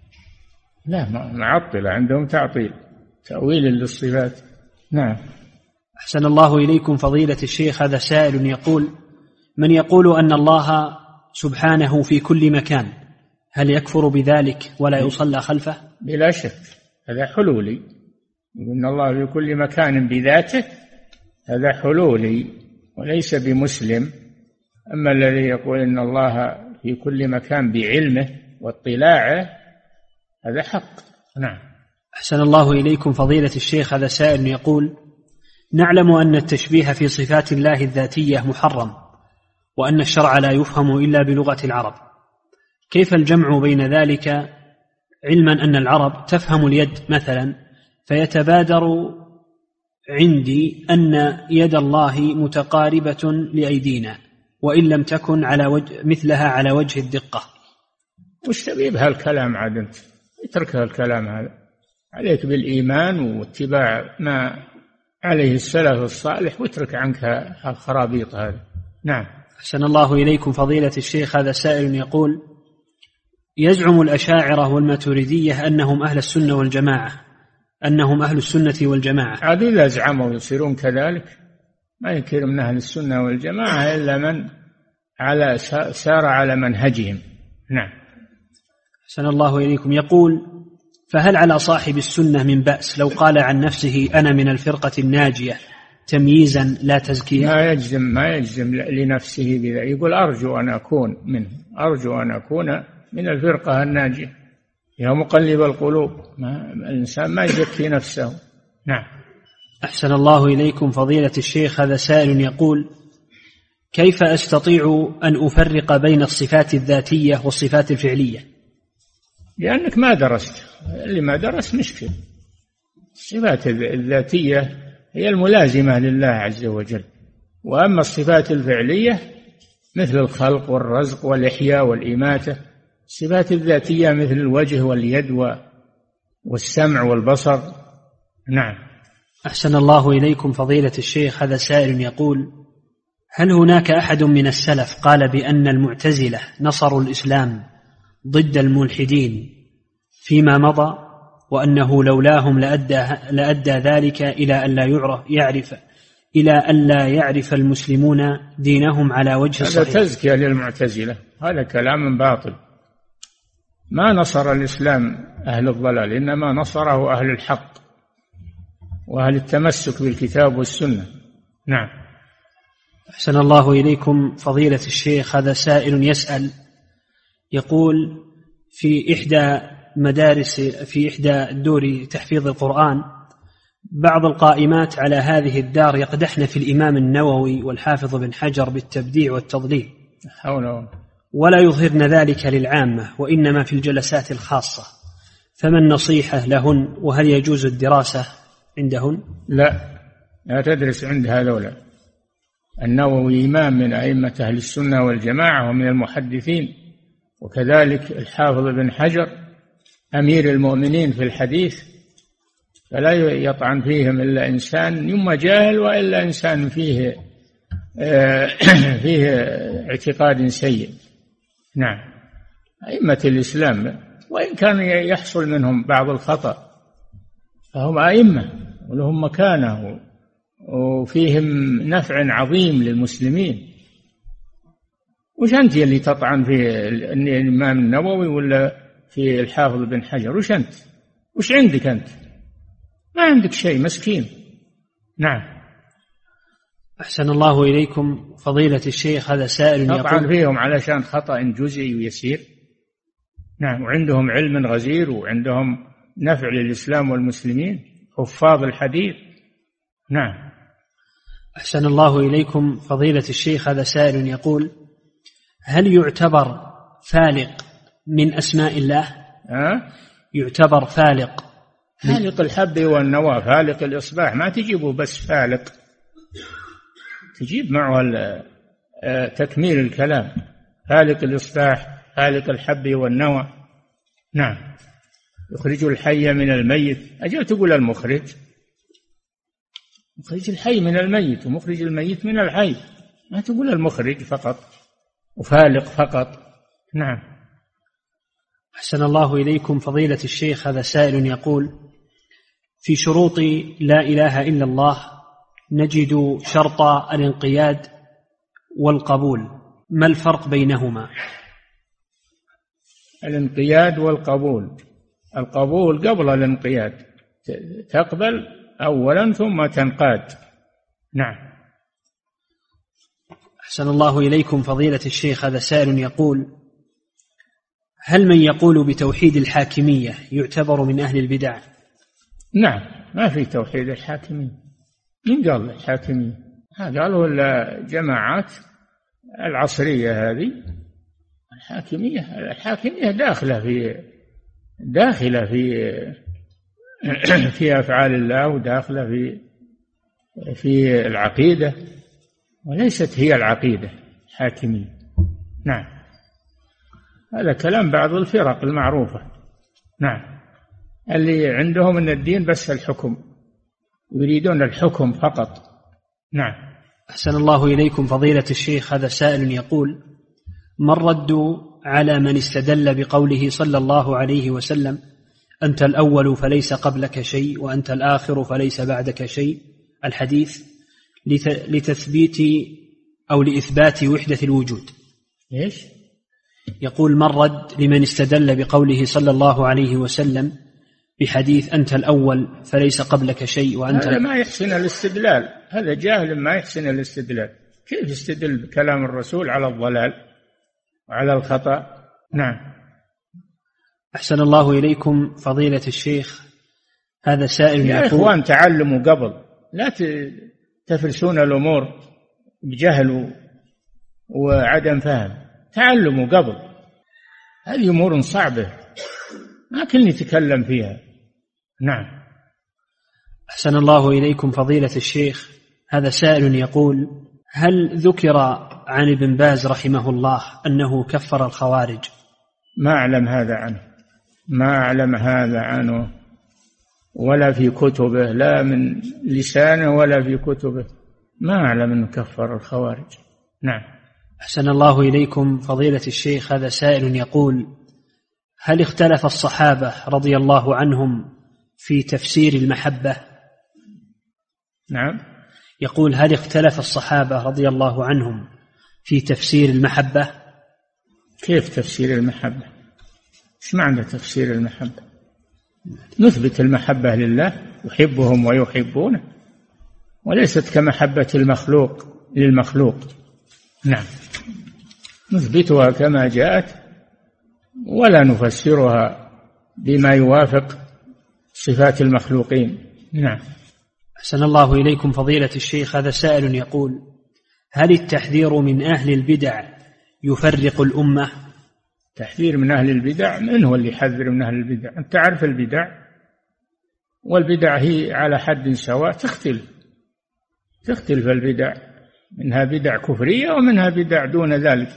لا، معطلة، عندهم تعطيل، تأويل للصفات. نعم. أحسن الله إليكم فضيلة الشيخ، هذا سائل يقول: من يقول أن الله سبحانه في كل مكان هل يكفر بذلك ولا يصلى خلفه؟ بلا شك، هذا حلولي. إن الله في كل مكان بذاته هذا حلولي وليس بمسلم. أما الذي يقول إن الله في كل مكان بعلمه واطلاعه هذا حق. نعم. أحسن الله إليكم فضيلة الشيخ، هذا سائل يقول: نعلم أن التشبيه في صفات الله الذاتية محرم، وأن الشرع لا يفهم إلا بلغة العرب، كيف الجمع بين ذلك علما أن العرب تفهم اليد مثلا، فيتبادر عندي أن يد الله متقاربة لأيدينا وإن لم تكن على وجه مثلها على وجه الدقة؟ وش تبي بهالكلام عاد؟ أنت اترك هالكلام هذا، عليك بالإيمان واتباع ما عليه السلف الصالح، واترك عنك الخرابيط هذه. نعم. أحسن الله إليكم فضيلة الشيخ، هذا سائل يقول: يزعم الأشاعرة والماتريدية أنهم أهل السنة والجماعة أنهم أهل السنة والجماعة. هذه إذا زعموا يصيرون كذلك، ما يكون من أهل السنة والجماعة إلا من على سار على منهجهم. نعم. أحسن الله إليكم يقول: فهل على صاحب السنة من بأس لو قال عن نفسه أنا من الفرقة الناجية تمييزا لا تزكية؟ ما يجزم ما يجزم لنفسه بذا، يقول أرجو أن أكون منه، أرجو أن أكون من الفرقة الناجية. يا مقلب القلوب، ما الإنسان ما يزكي نفسه. نعم. أحسن الله إليكم فضيلة الشيخ، هذا سائل يقول: كيف أستطيع أن أفرق بين الصفات الذاتية والصفات الفعلية؟ لأنك ما درست، اللي ما درس مشكل. الصفات الذاتية هي الملازمة لله عز وجل، وأما الصفات الفعلية مثل الخلق والرزق والإحياء والإماتة. الصفات الذاتية مثل الوجه واليد والسمع والبصر. نعم. أحسن الله إليكم فضيلة الشيخ، هذا سائل يقول: هل هناك أحد من السلف قال بأن المعتزلة نصروا الإسلام ضد الملحدين فيما مضى، وأنه لولاهم لأدى, لأدى ذلك إلى أن لا يعرف, يعرف إلى أن لا يعرف المسلمون دينهم على وجه الصحيح؟ هذا تزكية للمعتزلة، هذا كلام باطل. ما نصر الإسلام أهل الضلال، إنما نصره أهل الحق وأهل التمسك بالكتاب والسنة. نعم. أحسن الله إليكم فضيلة الشيخ، هذا سائل يسأل يقول: في إحدى مدارس في إحدى دور تحفيظ القرآن بعض القائمات على هذه الدار يقدحن في الإمام النووي والحافظ بن حجر بالتبديع والتضليل، ولا يظهرن ذلك للعامة وإنما في الجلسات الخاصة، فما النصيحة لهن؟ وهل يجوز الدراسة عندهن؟ لا، لا تدرس عند هذولا. النووي إمام من أئمة أهل السنة والجماعة ومن المحدثين، وكذلك الحافظ بن حجر أمير المؤمنين في الحديث، فلا يطعن فيهم إلا إنسان يما جاهل، وإلا إنسان فيه فيه اعتقاد سيء. نعم. أئمة الإسلام وإن كان يحصل منهم بعض الخطأ فهم أئمة ولهم مكانة وفيهم نفع عظيم للمسلمين. وش أنت اللي تطعن في الإمام النووي ولا في الحافظ بن حجر؟ وش أنت؟ وش عندك أنت؟ ما عندك شيء، مسكين. نعم. أحسن الله إليكم فضيلة الشيخ، هذا سائل يقول: تطعن فيهم علشان خطأ جزئي ويسير. نعم. وعندهم علم غزير وعندهم نفع للإسلام والمسلمين، حفاظ الحديث. نعم. أحسن الله إليكم فضيلة الشيخ، هذا سائل يقول: هل يعتبر فالق من أسماء الله؟ أه؟ يعتبر فالق فالق الحب والنوى، فالق الإصباح، ما تجيبه بس فالق، تجيب معه تكميل الكلام، فالق الإصباح، فالق الحب والنوى. نعم. يخرج الحي من الميت، أجل تقول المخرج، مخرج الحي من الميت ومخرج الميت من الحي، ما تقول المخرج فقط وفالق فقط. نعم. أحسن الله إليكم فضيلة الشيخ، هذا سائل يقول: في شروط لا إله إلا الله نجد شرط الانقياد والقبول، ما الفرق بينهما؟ الانقياد والقبول، القبول قبل الانقياد، تقبل أولا ثم تنقاد. نعم. أحسن الله إليكم فضيلة الشيخ، هذا سائل يقول: هل من يقول بتوحيد الحاكمية يعتبر من أهل البدع؟ نعم، ما في توحيد الحاكمية. من قال الحاكمية؟ قالوا الجماعات العصرية هذه. الحاكمية الحاكمية داخلة في داخلة في في أفعال الله، وداخلة في في العقيدة، وليست هي العقيدة الحاكمية. نعم. هذا كلام بعض الفرق المعروفة. نعم. اللي عندهم أن الدين بس الحكم، يريدون الحكم فقط. نعم. أحسن الله إليكم فضيلة الشيخ، هذا سائل يقول: ما الرد على من استدل بقوله صلى الله عليه وسلم: أنت الأول فليس قبلك شيء وأنت الآخر فليس بعدك شيء، الحديث، لتثبيت أو لإثبات وحدة الوجود؟ إيش؟ يقول: ما الرد لمن استدل بقوله صلى الله عليه وسلم بحديث أنت الأول فليس قبلك شيء وأنت هذا ما يحسن الاستدلال، هذا جاهل ما يحسن الاستدلال. كيف يستدل بكلام الرسول على الضلال وعلى الخطأ؟ نعم. أحسن الله إليكم فضيلة الشيخ، هذا سائل يا يقول: إخوان تعلموا قبل، لا تفرسون الأمور بجهل وعدم فهم، تعلموا قبل. هذه أمور صعبة ما كل يتكلم فيها. نعم. أحسن الله إليكم فضيلة الشيخ، هذا سائل يقول: هل ذكر عن ابن باز رحمه الله أنه كفر الخوارج؟ ما أعلم هذا عنه، ما أعلم هذا عنه ولا في كتبه، لا من لسانه ولا في كتبه، ما أعلم أنه كفر الخوارج. نعم. أحسن الله إليكم فضيلة الشيخ، هذا سائل يقول: هل اختلف الصحابة رضي الله عنهم في تفسير المحبة؟ نعم. يقول: هل اختلف الصحابة رضي الله عنهم في تفسير المحبة؟ كيف تفسير المحبة؟ ايش معنى تفسير المحبة؟ نثبت المحبة لله، يحبهم ويحبونه، وليست كمحبة المخلوق للمخلوق. نعم. نثبتها كما جاءت ولا نفسرها بما يوافق صفات المخلوقين. نعم. أحسن الله إليكم فضيلة الشيخ، هذا سائل يقول: هل التحذير من أهل البدع يفرق الأمة؟ تحذير من أهل البدع؟ من هو اللي يحذر من أهل البدع؟ أنت تعرف البدع، والبدع هي على حد سواء، تختلف تختلف البدع، منها بدع كفرية ومنها بدع دون ذلك.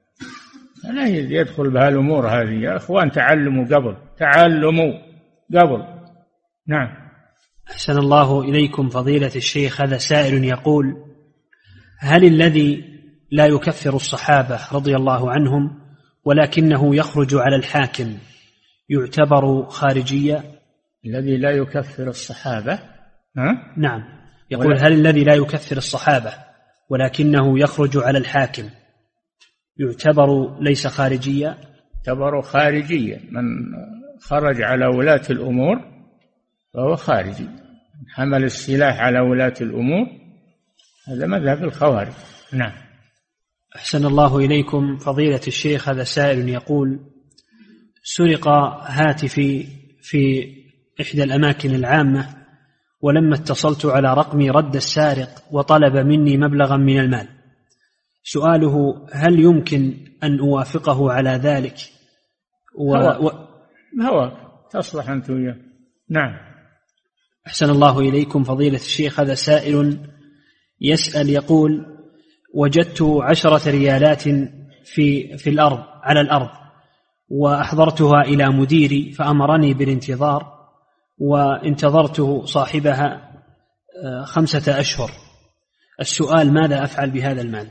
لا يدخل بها الأمور هذه. يا أخوان تعلموا قبل، تعلموا قبل. نعم. أحسن الله إليكم فضيلة الشيخ، هذا سائل يقول: هل الذي لا يكفر الصحابة رضي الله عنهم ولكنه يخرج على الحاكم يعتبر خارجيا؟ الذي لا يكفر الصحابة؟ ها؟ نعم. يقول: هل الذي لا يكفر الصحابة ولكنه يخرج على الحاكم يعتبر ليس خارجيا؟ يعتبر خارجيا. من خرج على ولاة الأمور فهو خارجي، حمل السلاح على ولاة الأمور، هذا مذهب الخوارج. نعم. أحسن الله إليكم فضيلة الشيخ، هذا سائل يقول: سرق هاتفي في إحدى الأماكن العامة، ولما اتصلت على رقمي رد السارق وطلب مني مبلغا من المال. سؤاله: هل يمكن أن أوافقه على ذلك؟ و... هو, هو تصلح أنت وياه. نعم. أحسن الله إليكم فضيلة الشيخ، هذا سائل يسأل يقول: وجدت عشرة ريالات في, في الأرض على الأرض، وأحضرتها إلى مديري فأمرني بالانتظار، وانتظرته صاحبها خمسة أشهر. السؤال: ماذا أفعل بهذا المال؟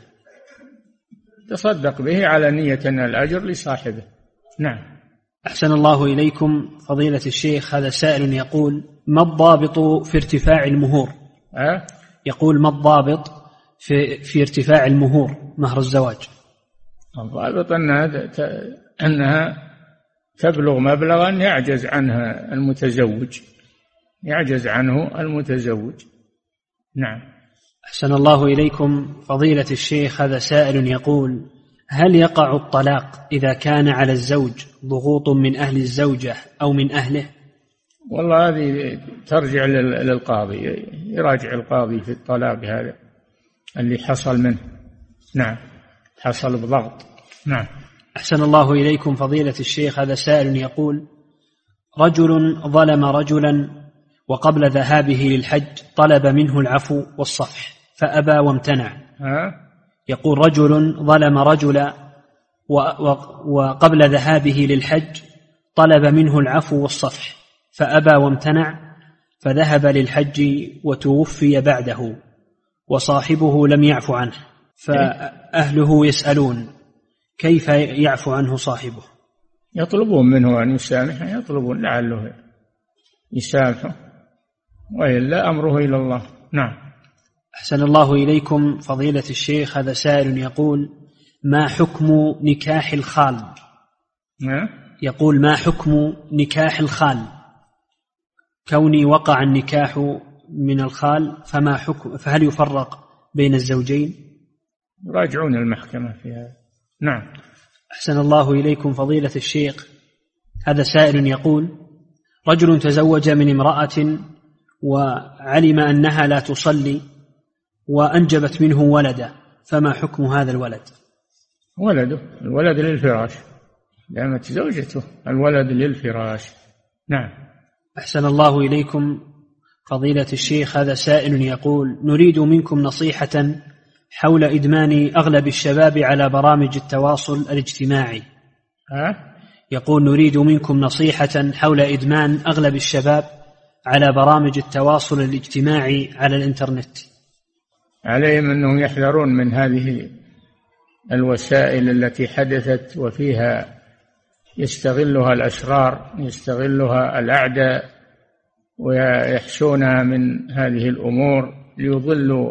تصدق به على نية أن الأجر لصاحبه. نعم. أحسن الله إليكم فضيلة الشيخ، هذا سائل يقول: ما الضابط في ارتفاع المهور؟ أه؟ يقول: ما الضابط في, في ارتفاع المهور مهر الزواج؟ الضابط أنها, أنها تبلغ مبلغا يعجز عنها المتزوج، يعجز عنه المتزوج. نعم. أحسن الله إليكم فضيلة الشيخ، هذا سائل يقول: هل يقع الطلاق إذا كان على الزوج ضغوط من أهل الزوجة أو من أهله؟ والله هذه ترجع للقاضي، يراجع القاضي في الطلاق هذا اللي حصل منه. نعم. حصل بضغط. نعم. أحسن الله إليكم فضيلة الشيخ، هذا سائل يقول: رجل ظلم رجلا وقبل ذهابه للحج طلب منه العفو والصفح فأبى وامتنع. ها؟ يقول: رجل ظلم رجلا وقبل ذهابه للحج طلب منه العفو والصفح فأبى وامتنع فذهب للحج وتوفي بعده وصاحبه لم يعف عنه، فأهله يسألون كيف يعفو عنه صاحبه؟ يطلبون منه أن يسامحه، يطلبون لعله يسامحه، وإلا أمره إلى الله. نعم. أحسن الله إليكم فضيلة الشيخ، هذا سائل يقول: ما حكم نكاح الخال؟ نعم. يقول: ما حكم نكاح الخال؟ كوني وقع النكاح من الخال فما حكم، فهل يفرق بين الزوجين؟ راجعون المحكمة في هذا. نعم. أحسن الله إليكم فضيلة الشيخ، هذا سائل يقول: رجل تزوج من امرأة وعلم أنها لا تصلي وأنجبت منه ولدا، فما حكم هذا الولد؟ ولده، الولد للفراش، دامت زوجته الولد للفراش. نعم. أحسن الله إليكم فضيلة الشيخ، هذا سائل يقول: نريد منكم نصيحة حول إدمان أغلب الشباب على برامج التواصل الاجتماعي. ها؟ يقول: نريد منكم نصيحة حول إدمان أغلب الشباب على برامج التواصل الاجتماعي على الإنترنت. عليهم أنهم يحذرون من هذه الوسائل التي حدثت وفيها يستغلها الأشرار، يستغلها الأعداء، ويحشونها من هذه الأمور ليضلوا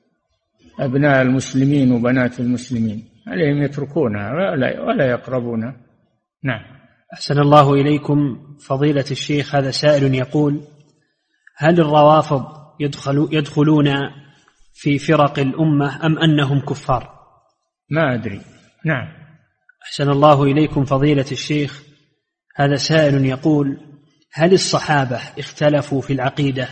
أبناء المسلمين وبنات المسلمين. عليهم يتركونها ولا يقربونها. نعم. أحسن الله إليكم فضيلة الشيخ، هذا سائل يقول: هل الروافض يدخل يدخلون في فرق الأمة أم أنهم كفار؟ ما أدري. نعم. أحسن الله إليكم فضيلة الشيخ، هذا سائل يقول: هل الصحابة اختلفوا في العقيدة؟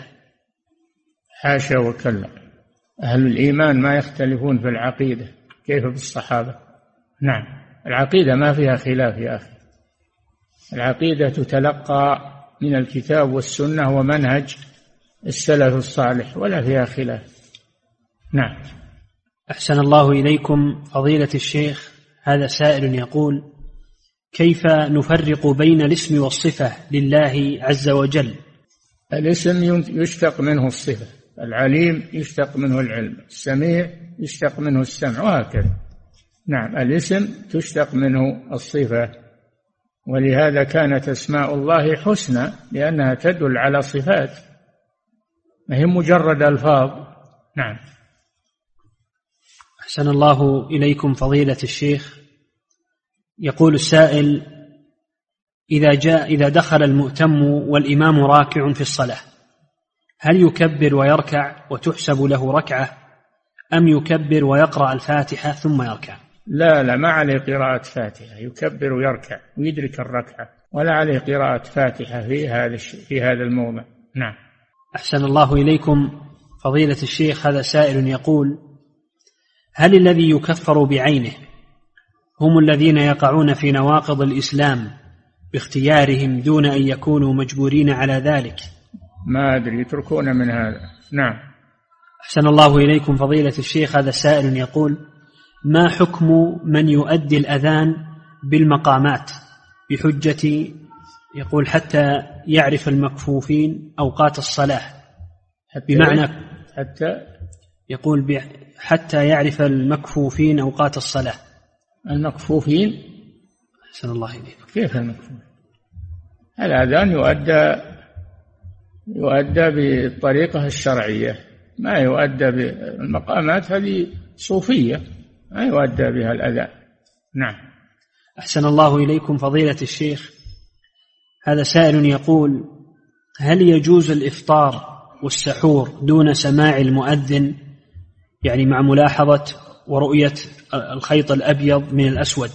حاشا وكلا، أهل الإيمان ما يختلفون في العقيدة، كيف بالصحابة؟ نعم. العقيدة ما فيها خلاف يا أخي، العقيدة تتلقى من الكتاب والسنة ومنهج السلف الصالح ولا فيها خلاف. نعم. أحسن الله إليكم فضيلة الشيخ، هذا سائل يقول: كيف نفرق بين الاسم والصفة لله عز وجل؟ الاسم يشتق منه الصفة، العليم يشتق منه العلم، السميع يشتق منه السمع، وهكذا. نعم. الاسم تشتق منه الصفة، ولهذا كانت أسماء الله حسنى لأنها تدل على صفات، ما هي مجرد ألفاظ. نعم. أحسن الله إليكم فضيلة الشيخ، يقول السائل: إذا جاء إذا دخل المؤتم والإمام راكع في الصلاة، هل يكبر ويركع وتحسب له ركعة، أم يكبر ويقرأ الفاتحة ثم يركع؟ لا لا، ما عليه قراءة فاتحة، يكبر ويركع ويدرك الركعة، ولا عليه قراءة فاتحة في هذا في هذا الموضع. نعم. أحسن الله إليكم فضيلة الشيخ، هذا سائل يقول: هل الذي يكفر بعينه هم الذين يقعون في نواقض الإسلام باختيارهم دون أن يكونوا مجبورين على ذلك؟ ما أدري، يتركون من هذا. نعم. أحسن الله إليكم فضيلة الشيخ، هذا سائل يقول: ما حكم من يؤدي الأذان بالمقامات بحجة، يقول حتى يعرف المكفوفين أوقات الصلاة، بمعنى حتى يقول حتى يعرف المكفوفين أوقات الصلاة. المكفوفين؟ أحسن الله إليكم. كيف المكفوفين؟ الأذان يؤدى يؤدى بالطريقة الشرعية، ما يؤدى بالمقامات، هذه صوفية، ما يؤدى بها الأذان. نعم. أحسن الله إليكم فضيلة الشيخ، هذا سائل يقول: هل يجوز الإفطار والسحور دون سماع المؤذن، يعني مع ملاحظة ورؤية الخيط الأبيض من الأسود؟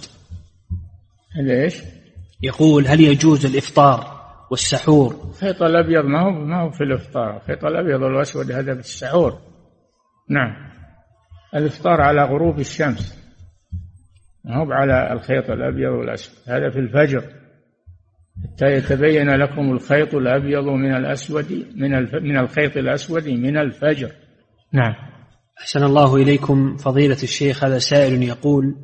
ليش؟ يقول: هل يجوز الإفطار والسحور؟ الخيط الأبيض ما هو ما هو في الإفطار، الخيط الأبيض والأسود هذا في السحور. نعم. الإفطار على غروب الشمس، ما هو على الخيط الأبيض والأسود، هذا في الفجر، حتى يتبين لكم الخيط الأبيض من الأسود من الف... من الخيط الأسود من الفجر. نعم. أحسن الله إليكم فضيلة الشيخ، هذا سائل يقول: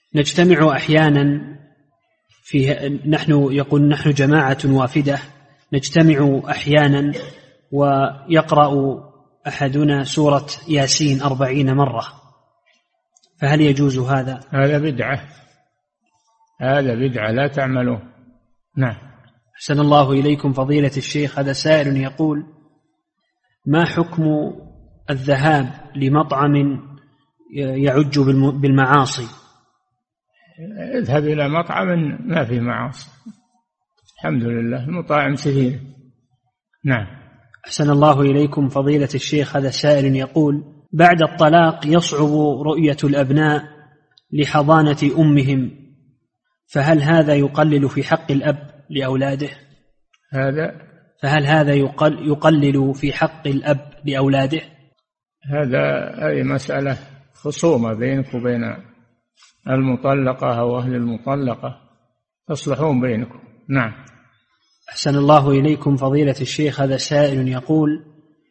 نجتمع أحيانا في نحن يقول نحن جماعة وافدة نجتمع أحيانا ويقرأ أحدنا سورة ياسين أربعين مرة، فهل يجوز هذا؟ هذا بدعة، هذا بدعة لا تعملوه. نعم. أحسن الله إليكم فضيلة الشيخ، هذا سائل يقول: ما حكم الذهاب لمطعم يعج بالمعاصي؟ اذهب إلى مطعم ما فيه معاصي، الحمد لله، المطاعم كثيرة. نعم. أحسن الله إليكم فضيلة الشيخ، هذا سائل يقول: بعد الطلاق يصعب رؤية الأبناء لحضانة أمهم، فهل هذا يقلل في حق الأب لأولاده؟ هذا فهل هذا يقل يقلل في حق الأب لأولاده؟ هذا أي مسألة خصومة بينك وبين المطلقة أو أهل المطلقة، تصلحون بينكم. نعم. أحسن الله إليكم فضيلة الشيخ، هذا سائل يقول: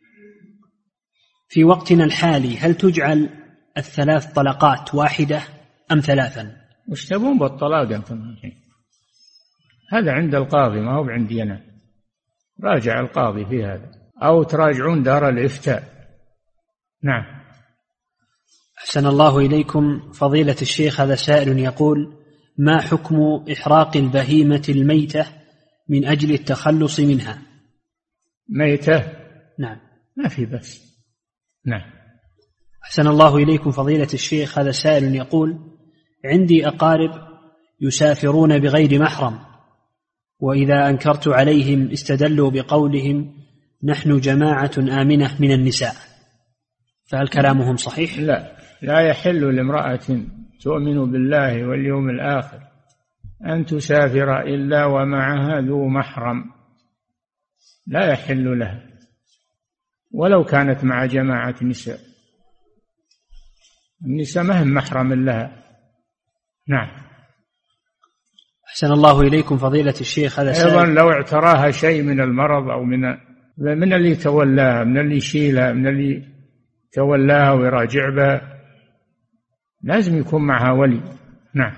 في وقتنا الحالي هل تجعل الثلاث طلقات واحدة أم ثلاثا؟ وش تبون بالطلاق أنتم؟ هذا عند القاضي، ما هو عندي أنا. راجع القاضي في هذا، أو تراجعون دار الإفتاء. نعم. أحسن الله إليكم فضيلة الشيخ، هذا سائل يقول: ما حكم إحراق البهيمة الميتة من أجل التخلص منها؟ ميتة؟ نعم. ما في بس. نعم. أحسن الله إليكم فضيلة الشيخ، هذا سائل يقول: عندي أقارب يسافرون بغير محرم، وإذا أنكرت عليهم استدلوا بقولهم نحن جماعة آمنة من النساء، فهل كلامهم صحيح؟ لا، لا يحل لامرأة تؤمن بالله واليوم الآخر أن تسافر إلا ومعها ذو محرم، لا يحل لها ولو كانت مع جماعة نساء. النساء ما هم محرم لها. نعم. أحسن الله إليكم فضيلة الشيخ، هذا أيضا لو اعتراها شيء من المرض أو من من اللي تولاها، من اللي يشيلها، من اللي تولاها ويراجع بها، لازم يكون معها ولي. نعم.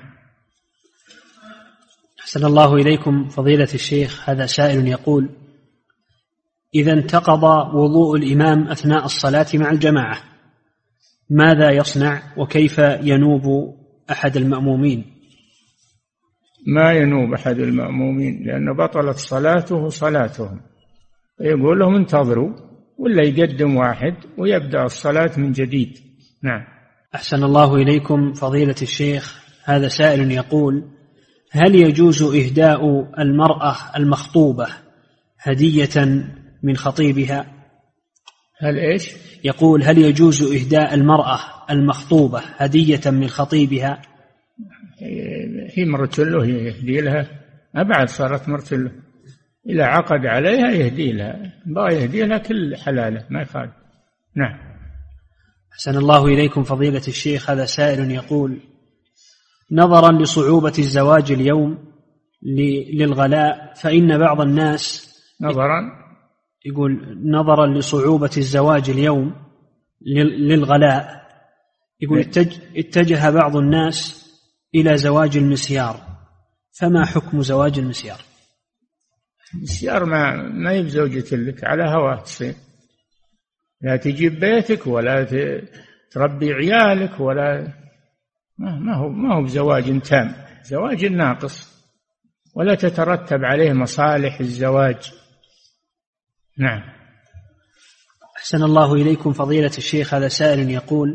أحسن الله إليكم فضيلة الشيخ، هذا سائل يقول: إذا انتقض وضوء الإمام أثناء الصلاة مع الجماعة ماذا يصنع، وكيف ينوب أحد المأمومين؟ ما ينوب أحد المأمومين، لأن بطلت صلاته صلاتهم، يقول لهم انتظروا، ولا يقدم واحد ويبدأ الصلاة من جديد. نعم. أحسن الله إليكم فضيلة الشيخ، هذا سائل يقول: هل يجوز إهداء المرأة المخطوبة هدية من خطيبها؟ هل إيش؟ يقول: هل يجوز إهداء المرأة المخطوبة هدية من خطيبها؟ هي مرتله يهدي لها، أبعد صارت مرتله، إذا عقد عليها يهدي لها، بقى يهدي لها كل حلاله، ما يخالف. نعم. أحسن الله إليكم فضيلة الشيخ، هذا سائل يقول: نظرا لصعوبة الزواج اليوم للغلاء، فإن بعض الناس نظرا يقول نظرا لصعوبة الزواج اليوم للغلاء، يقول اتجه بعض الناس إلى زواج المسيار، فما حكم زواج المسيار؟ المسيار ما ما يبزوجة لك، على هواه تصير، لا تجيب بيتك ولا تربي عيالك، ولا ما هو ما هو بزواج تام، زواج ناقص، ولا تترتب عليه مصالح الزواج. نعم. أحسن الله إليكم فضيلة الشيخ، هذا سائل يقول: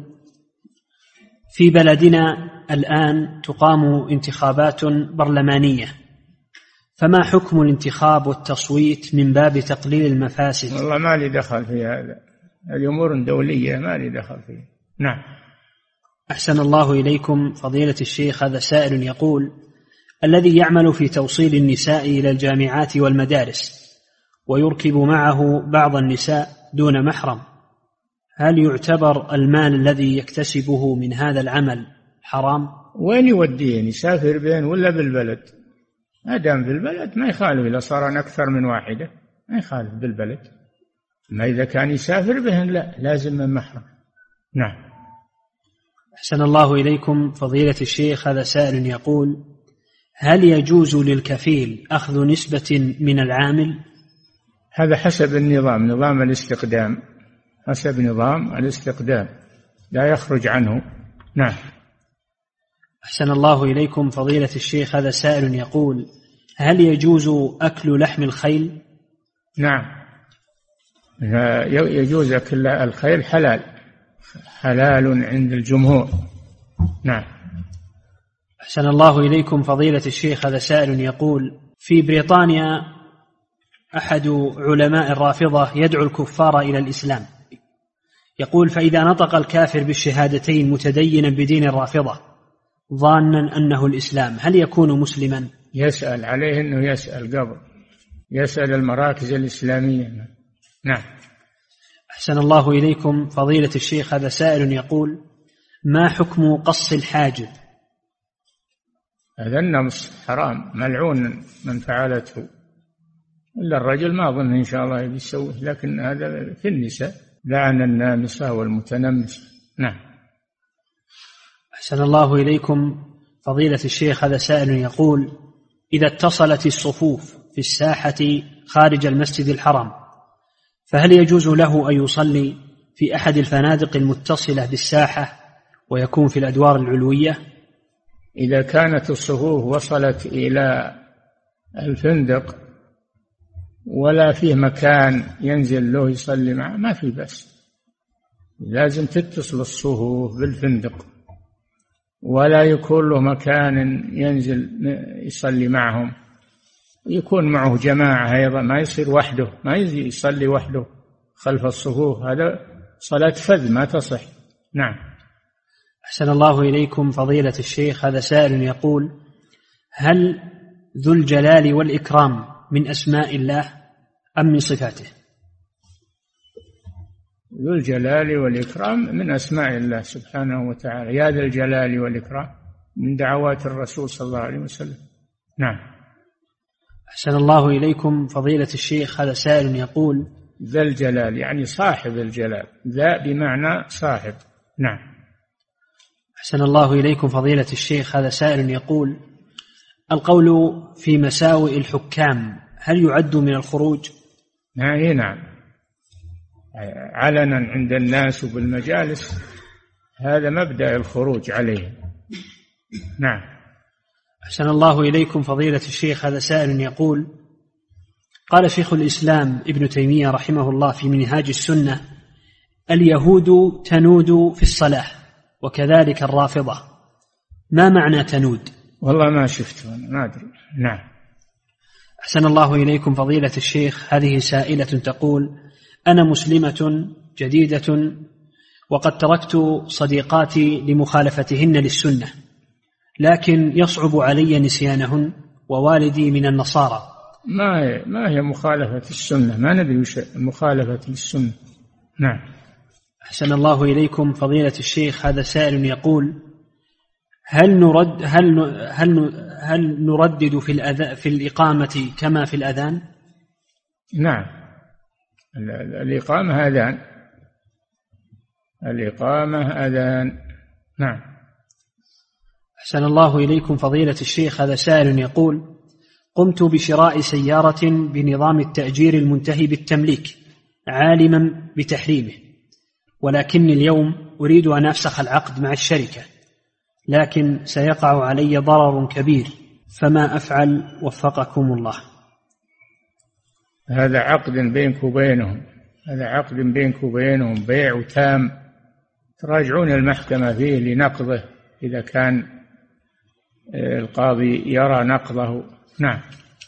في بلدنا الآن تقام انتخابات برلمانية، فما حكم الانتخاب والتصويت من باب تقليل المفاسد؟ والله ما لي دخل في هذا، الأمور دولية ما لي دخل فيها. نعم. أحسن الله إليكم فضيلة الشيخ، هذا سائل يقول: الذي يعمل في توصيل النساء إلى الجامعات والمدارس ويركب معه بعض النساء دون محرم، هل يعتبر المال الذي يكتسبه من هذا العمل حرام؟ وين يوديه؟ يسافر بين ولا بالبلد؟ ما دام في البلد ما يخالف، إذا صار أكثر من واحدة ما يخالف بالبلد، ما إذا كان يسافر بهن لا، لازم من محرم. نعم. أحسن الله إليكم فضيلة الشيخ، هذا سائل يقول: هل يجوز للكفيل أخذ نسبة من العامل؟ هذا حسب النظام، نظام الاستقدام، حسب نظام الاستقدام لا يخرج عنه. نعم. أحسن الله إليكم فضيلة الشيخ، هذا سائل يقول: هل يجوز أكل لحم الخيل؟ نعم، يجوز أكل الخيل، حلال حلال عند الجمهور. نعم. أحسن الله إليكم فضيلة الشيخ، هذا سائل يقول: في بريطانيا أحد علماء الرافضة يدعو الكفار إلى الإسلام، يقول: فإذا نطق الكافر بالشهادتين متدينا بدين الرافضة ظانا أنه الإسلام، هل يكون مسلما؟ يسأل عليه أنه يسأل قبل، يسأل المراكز الإسلامية. نعم. أحسن الله إليكم فضيلة الشيخ، هذا سائل يقول: ما حكم قص الحاجب؟ هذا النمص حرام ملعون من فعلته، إلا الرجل ما أظن إن شاء الله يسوي، لكن هذا في النساء، لعن النامصة والمتنمصة. نعم. أحسن الله إليكم فضيلة الشيخ، هذا سائل يقول: إذا اتصلت الصفوف في الساحة خارج المسجد الحرام، فهل يجوز له أن يصلي في أحد الفنادق المتصلة بالساحة ويكون في الأدوار العلوية؟ إذا كانت الصفوف وصلت إلى الفندق ولا فيه مكان ينزل له يصلي معه ما في بس، لازم تتصل الصفوف بالفندق ولا يكون له مكان ينزل يصلي معهم، يكون معه جماعة أيضا، ما يصير وحده، ما يصلي وحده خلف الصفوف، هذا صلاة فذ ما تصح. نعم. أحسن الله إليكم فضيلة الشيخ، هذا سائل يقول: هل ذو الجلال والإكرام من أسماء الله أم من صفاته؟ ذو الجلال والإكرام من أسماء الله سبحانه وتعالى، يا ذا الجلال والإكرام من دعوات الرسول صلى الله عليه وسلم. نعم. أحسن الله إليكم فضيلة الشيخ، هذا سائل يقول: ذا الجلال يعني صاحب الجلال، ذا بمعنى صاحب. نعم. أحسن الله إليكم فضيلة الشيخ، هذا سائل يقول: القول في مساوئ الحكام هل يعد من الخروج؟ نعم، علنا عند الناس وبالمجالس، هذا مبدأ الخروج عليه. نعم. أحسن الله إليكم فضيلة الشيخ، هذا سائل يقول: قال شيخ الإسلام ابن تيمية رحمه الله في منهاج السنة: اليهود تنود في الصلاة وكذلك الرافضة، ما معنى تنود؟ والله ما شفته، ما أدري. نعم. أحسن الله إليكم فضيلة الشيخ، هذه سائلة تقول: أنا مسلمة جديدة وقد تركت صديقاتي لمخالفتهن للسنة، لكن يصعب علي نسيانهن ووالدي من النصارى. ما هي ما هي مخالفة السنة، ما ندري وش مخالفة للسنة. نعم. أحسن الله إليكم فضيلة الشيخ، هذا سائل يقول: هل نرد هل هل هل نردد في الأذان في الإقامة كما في الأذان؟ نعم، الإقامة أذان، الإقامة أذان. نعم. أحسن الله إليكم فضيلة الشيخ، هذا سائل يقول: قمت بشراء سيارة بنظام التأجير المنتهي بالتمليك عالما بتحريمه، ولكني اليوم أريد أن أفسخ العقد مع الشركة، لكن سيقع علي ضرر كبير، فما أفعل وفقكم الله؟ هذا عقد بينك وبينهم، هذا عقد بينك وبينهم، بيع تام، تراجعون المحكمة فيه لنقضه إذا كان القاضي يرى نقضه. نعم.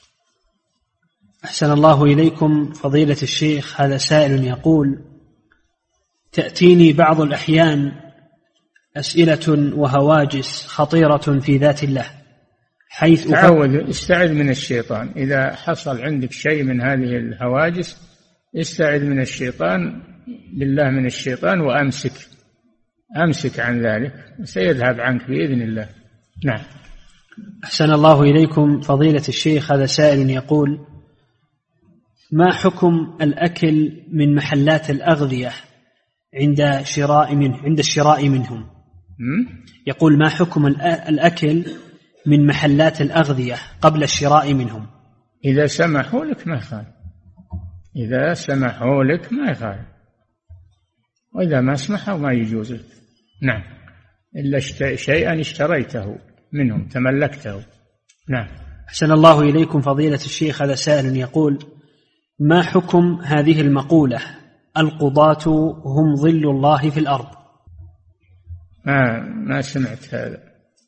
أحسن الله إليكم فضيلة الشيخ، هذا سائل يقول: تأتيني بعض الأحيان أسئلة وهواجس خطيرة في ذات الله، حيث تعود استعذ من الشيطان. إذا حصل عندك شيء من هذه الهواجس استعذ من الشيطان، بالله من الشيطان، وأمسك أمسك عن ذلك، سيذهب عنك بإذن الله. نعم. أحسن الله إليكم فضيلة الشيخ، هذا سائل يقول: ما حكم الأكل من محلات الأغذية عند شراء من عند الشراء منهم؟ يقول: ما حكم الأكل من محلات الأغذية قبل الشراء منهم؟ إذا سمحوا لك ما خالف، إذا سمحوا لك ما يخالف، وإذا ما سمحوا ما يجوز لك. نعم، إلا شيئا اشتريته منهم تملكته. نعم. أحسن الله إليكم فضيلة الشيخ، هذا سائل يقول: ما حكم هذه المقولة: القضاة هم ظل الله في الأرض؟ ما ما سمعت هذا.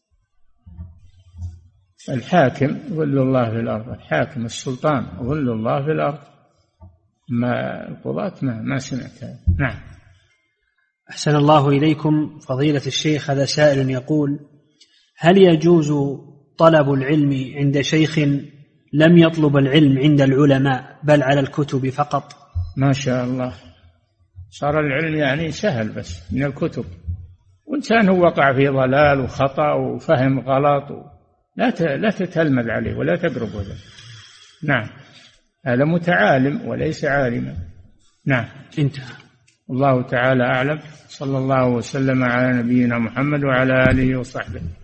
الحاكم ظل الله في الأرض، الحاكم السلطان ظل الله في الأرض، ما القضاة ما ما سمعت هذا. نعم. أحسن الله إليكم فضيلة الشيخ، هذا سائل يقول: هل يجوز طلب العلم عند شيخ لم يطلب العلم عند العلماء بل على الكتب فقط؟ ما شاء الله، صار العلم يعني سهل بس من الكتب، وإنسان هو وقع في ضلال وخطأ وفهم غلط لا لا تتلمذ عليه ولا تقرب له. نعم، هذا متعالم وليس عالما. نعم. انتهى. الله تعالى أعلم. صلى الله وسلم على نبينا محمد وعلى آله وصحبه.